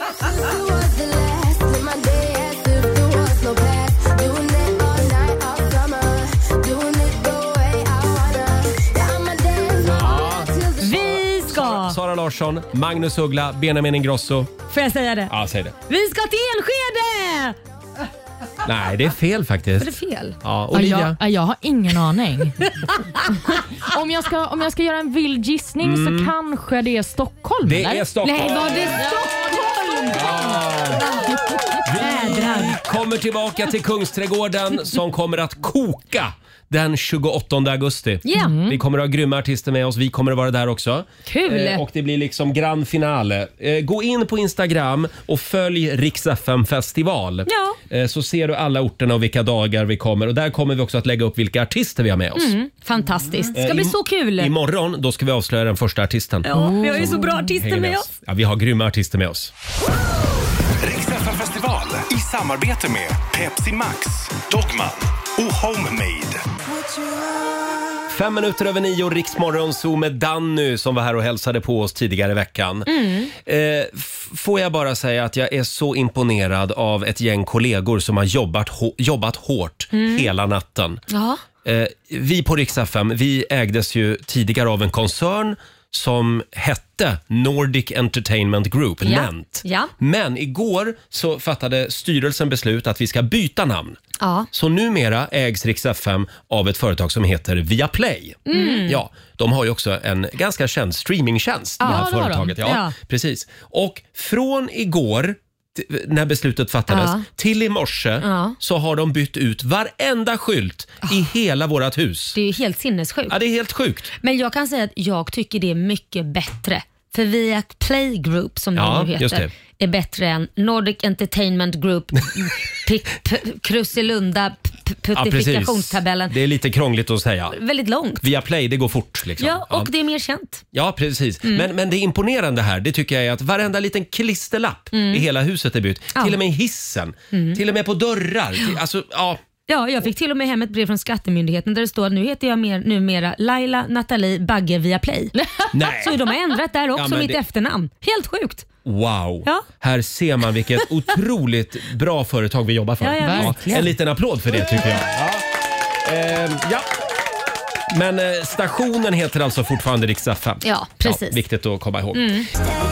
Sara Larsson, Magnus Uggla, Benjamin Ingrosso. Får jag säga det? Ja, säg det. Vi ska till Enskede! Nej, det är fel faktiskt. Är det fel? Ja, Olivia. Jag, jag har ingen aning. om, jag ska, om jag ska göra en vild gissning mm. så kanske det är Stockholm. Det eller? är Stockholm. Nej, var det Stockholm? Ja. Vi kommer tillbaka till Kungsträdgården som kommer att koka den tjugoåttonde augusti. Yeah. Mm. Vi kommer att ha grymma artister med oss. Vi kommer att vara där också. Kul! Eh, och det blir liksom grand finale. Eh, gå in på Instagram och följ Rix F M festival. Ja. Eh, så ser du alla orterna och vilka dagar vi kommer. Och där kommer vi också att lägga upp vilka artister vi har med oss. Mm. Fantastiskt. Det ska eh, bli så kul. Imorgon då ska vi avslöja den första artisten. Ja, oh. vi har ju så bra artister med oss. Ja, vi har grymma artister med oss. Rix F M festival i samarbete med Pepsi Max, Dogman och Homemade. Fem minuter över nio, Riksmorgon Zoo med Danny som var här och hälsade på oss tidigare i veckan. Mm. Eh, f- får jag bara säga att jag är så imponerad av ett gäng kollegor som har jobbat, hå- jobbat hårt Mm. hela natten. Ja. Eh, vi på Rix F M, vi ägdes ju tidigare av en koncern som hette Nordic Entertainment Group, Ja. Nent. Ja. Men igår så fattade styrelsen beslut att vi ska byta namn. Ja. Så numera ägs Rix F M av ett företag som heter Viaplay. Mm. Ja, de har ju också en ganska känd streamingtjänst, Ja, det här det har de. företaget. Ja, Ja. precis. Och från igår, t- när beslutet fattades, Ja. till i morse Ja. så har de bytt ut varenda skylt i hela vårat hus. Det är ju helt sinnessjukt. Ja, det är helt sjukt. Men jag kan säga att jag tycker det är mycket bättre. För Via Play Group, som Ja, det nu just heter, det. är bättre än Nordic Entertainment Group, p- p- Krusilunda, p- puttifikationstabellen. Det är lite krångligt att säga. Väldigt långt. Viaplay, det går fort liksom. Ja, och det är mer känt. Ja, precis. Mm. Men, men det imponerande här, det tycker jag är att varenda liten klisterlapp Mm. i hela huset är bytt. Ja. Till och med i hissen. Mm. Till och med på dörrar. Till, alltså, ja. Ja, jag fick till och med hem ett brev från Skattemyndigheten där det står att nu heter jag mer, numera Laila Nathalie Bagge via Play. Nej. Så de har ändrat där också, Ja, men mitt det- efternamn. Helt sjukt. Wow. Ja. Här ser man vilket otroligt bra företag vi jobbar för. Ja, ja, verkligen. en liten applåd för det tycker jag. Ja. Ehm, ja. Men eh, stationen heter alltså fortfarande Rix F M. Ja, precis. Ja, viktigt att komma ihåg. Mm.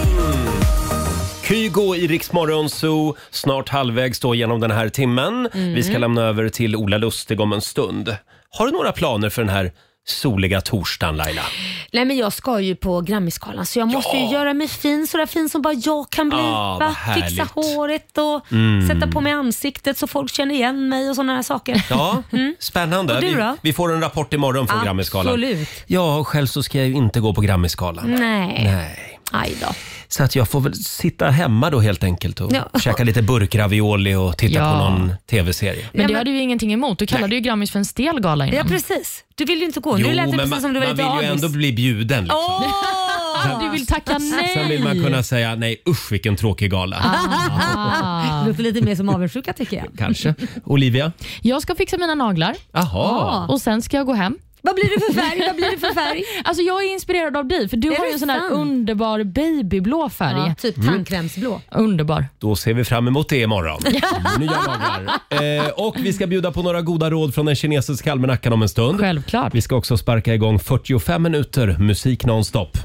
Kygo i Rix Morgon Zoo, snart halvvägs då genom den här timmen. Mm. Vi ska lämna över till Ola Lustig om en stund. Har du några planer för den här soliga torsdagen, Laila? Nej, men jag ska ju på Grammisgalan så jag måste ju göra mig fin, så där fin som bara jag kan bli. Ah, vad va? härligt. Fixa håret och Mm. sätta på mig ansiktet så folk känner igen mig och sådana här saker. Ja, spännande. Och du Vi, då? vi får en rapport imorgon från Grammisgalan. Absolut. Ja, själv så ska jag ju inte gå på Grammisgalan. Nej. Nej. Aj då. Så att jag får väl sitta hemma då helt enkelt och Ja. käka lite burkravioli och titta Ja. på någon tv-serie. Men det hade du ju ingenting emot. Du kallade ju Grammis för en stel gala innan. Ja, precis. Du vill ju inte gå. Jo, Nu lät det men precis man, som du var man lite vill ju avis. ändå bli bjuden. Liksom. Åh! Du vill tacka nej. Sen vill man kunna säga nej, usch vilken tråkig gala. Ah. Det låter lite mer som avundsjuka tycker jag. Kanske. Olivia? Jag ska fixa mina naglar. Jaha. Och sen ska jag gå hem. Vad blir det för färg? Vad blir det för färg? Alltså jag är inspirerad av dig för du Är har ju det en sån här sant? underbar babyblå färg. Ja, typ tandkrämsblå. Underbar. Då ser vi fram emot det imorgon. Nya dagar. Eh, och vi ska bjuda på några goda råd från den kinesiska almanackan om en stund. Självklart. Vi ska också sparka igång fyrtiofem minuter musik nonstop.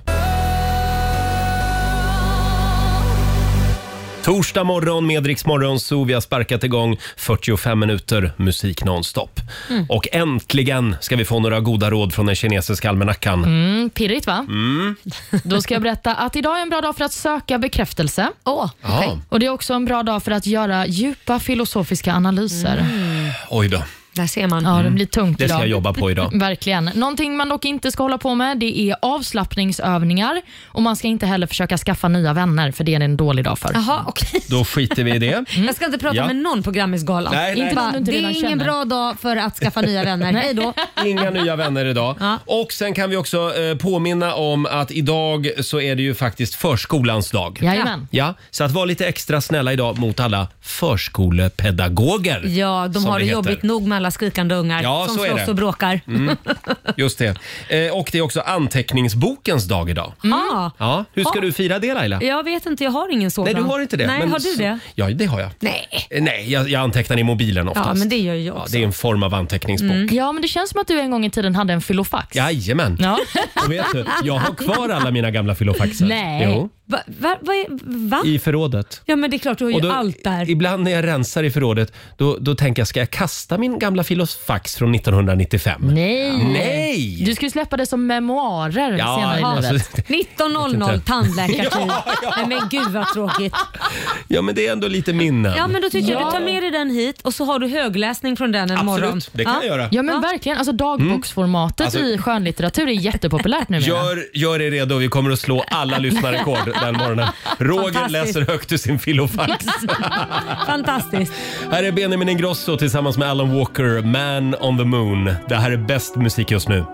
Torsdag morgon med Rix Morgon Zoo. Vi har sparkat igång fyrtiofem minuter musik nonstop. Mm. Och äntligen ska vi få några goda råd från den kinesiska almanackan. Mm, pirrigt va? Mm. Då ska jag berätta att idag är en bra dag för att söka bekräftelse. Åh, Ja. okej. Och det är också en bra dag för att göra djupa filosofiska analyser. Oj då. Där ser man. Ja, det blir tungt Det ska idag. jag jobba på idag. Verkligen. Någonting man dock inte ska hålla på med det är avslappningsövningar. Och man ska inte heller försöka skaffa nya vänner för det är det en dålig dag för. Jaha, okej. Då skiter vi i det. Jag ska inte prata Ja. med någon på Grammisgalan. Nej, nej. Inte bara, Någon du inte det är redan ingen känner. bra dag för att skaffa nya vänner. Hej då. Inga nya vänner idag. Ja. Och sen kan vi också eh, påminna om att idag så är det ju faktiskt förskolans dag. Jajamän. Ja, så att vara lite extra snälla idag mot alla förskolepedagoger. Ja, de som har det heter. jobbigt nog med alla skrikande ungar Ja, som så är slåss det. och bråkar. Mm, just det. Eh, och det är också anteckningsbokens dag idag. Ah. Ja, hur ska Ja. du fira det, Laila? Jag vet inte, jag har ingen sådan. Nej, du har inte det. Nej, men har du så- det? Ja, det har jag. Nej. Eh, Nej, jag, jag antecknar i mobilen oftast. Ja, men det gör jag Ja, också. det är en form av anteckningsbok. Mm. Ja, men det känns som att du en gång i tiden hade en filofax. Jajamän. Ja. Och vet du, jag har kvar alla mina gamla filofaxer. Nej. Jo, Va? Va? Va? Va? i förrådet. Ja, men det är klart, du har ju Och då, allt där. Ibland när jag rensar i förrådet då, då tänker jag, ska jag kasta min gamla filofax från nittonhundranittiofem? Nej. Nej! Du skulle släppa det som memoarer Ja, senare i alltså, livet. nitton noll noll inte. tandläkartid. Ja, ja. Nej, men gud vad tråkigt. Ja, men det är ändå lite minnen. Ja, men då tycker jag Ja. du tar med dig den hit och så har du högläsning från den en Absolut, morgon. det kan ja. jag göra. Ja, men verkligen. Alltså dagboksformatet Alltså- i skönlitteratur är jättepopulärt numera. Gör, gör er redo, vi kommer att slå alla lyssnarrekord den morgonen. Roger Fantastiskt. läser högt ur sin filofax. Fantastiskt. Här är Benjamin Ingrosso tillsammans med Alan Walker, Man on the Moon. Det här är bäst musik just nu.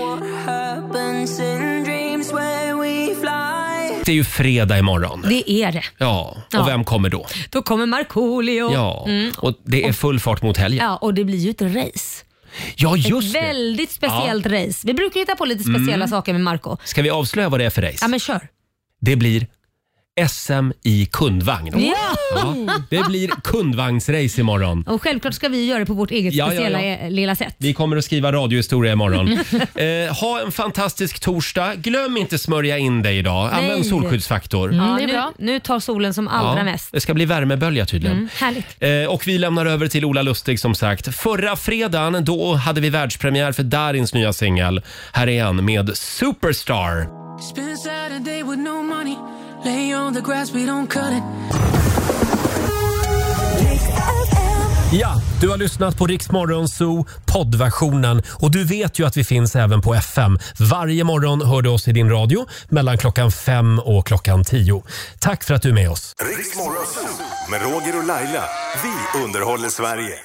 Det är ju fredag imorgon. Det är det. Ja, och Ja. vem kommer då? Då kommer Markoolio. Ja, Mm. och det är full fart mot helgen. Ja, och det blir ju ett race. Ja, just Ett det. väldigt speciellt Ja. race. Vi brukar hitta på lite speciella Mm. saker med Marco. Ska vi avslöja vad det är för race? Ja, men kör. Det blir S M i kundvagn. Ja! Ja, det blir kundvagnsrace imorgon. Och självklart ska vi göra det på vårt eget Ja, ja, speciella ja. eh, lilla sätt. Vi kommer att skriva radiohistoria imorgon. eh, ha en fantastisk torsdag. Glöm inte smörja in dig idag. Använd Nej. solskyddsfaktor. Ja, det är nu, bra. nu tar solen som allra Ja, mest. det ska bli värmebölja tydligen. Mm, härligt. Eh, och vi lämnar över till Ola Lustig som sagt. Förra fredagen då hade vi världspremiär för Darins nya singel. Här är han med Superstar. Spend Saturday with no money. Lay on the grass, we don't cut it. Ja, du har lyssnat på Rix Morgon Zoo poddversionen och du vet ju att vi finns även på F M. Varje morgon hör du oss i din radio mellan klockan fem och klockan tio. Tack för att du är med oss. Rix Morgon Zoo med Roger och Laila. Vi underhåller Sverige.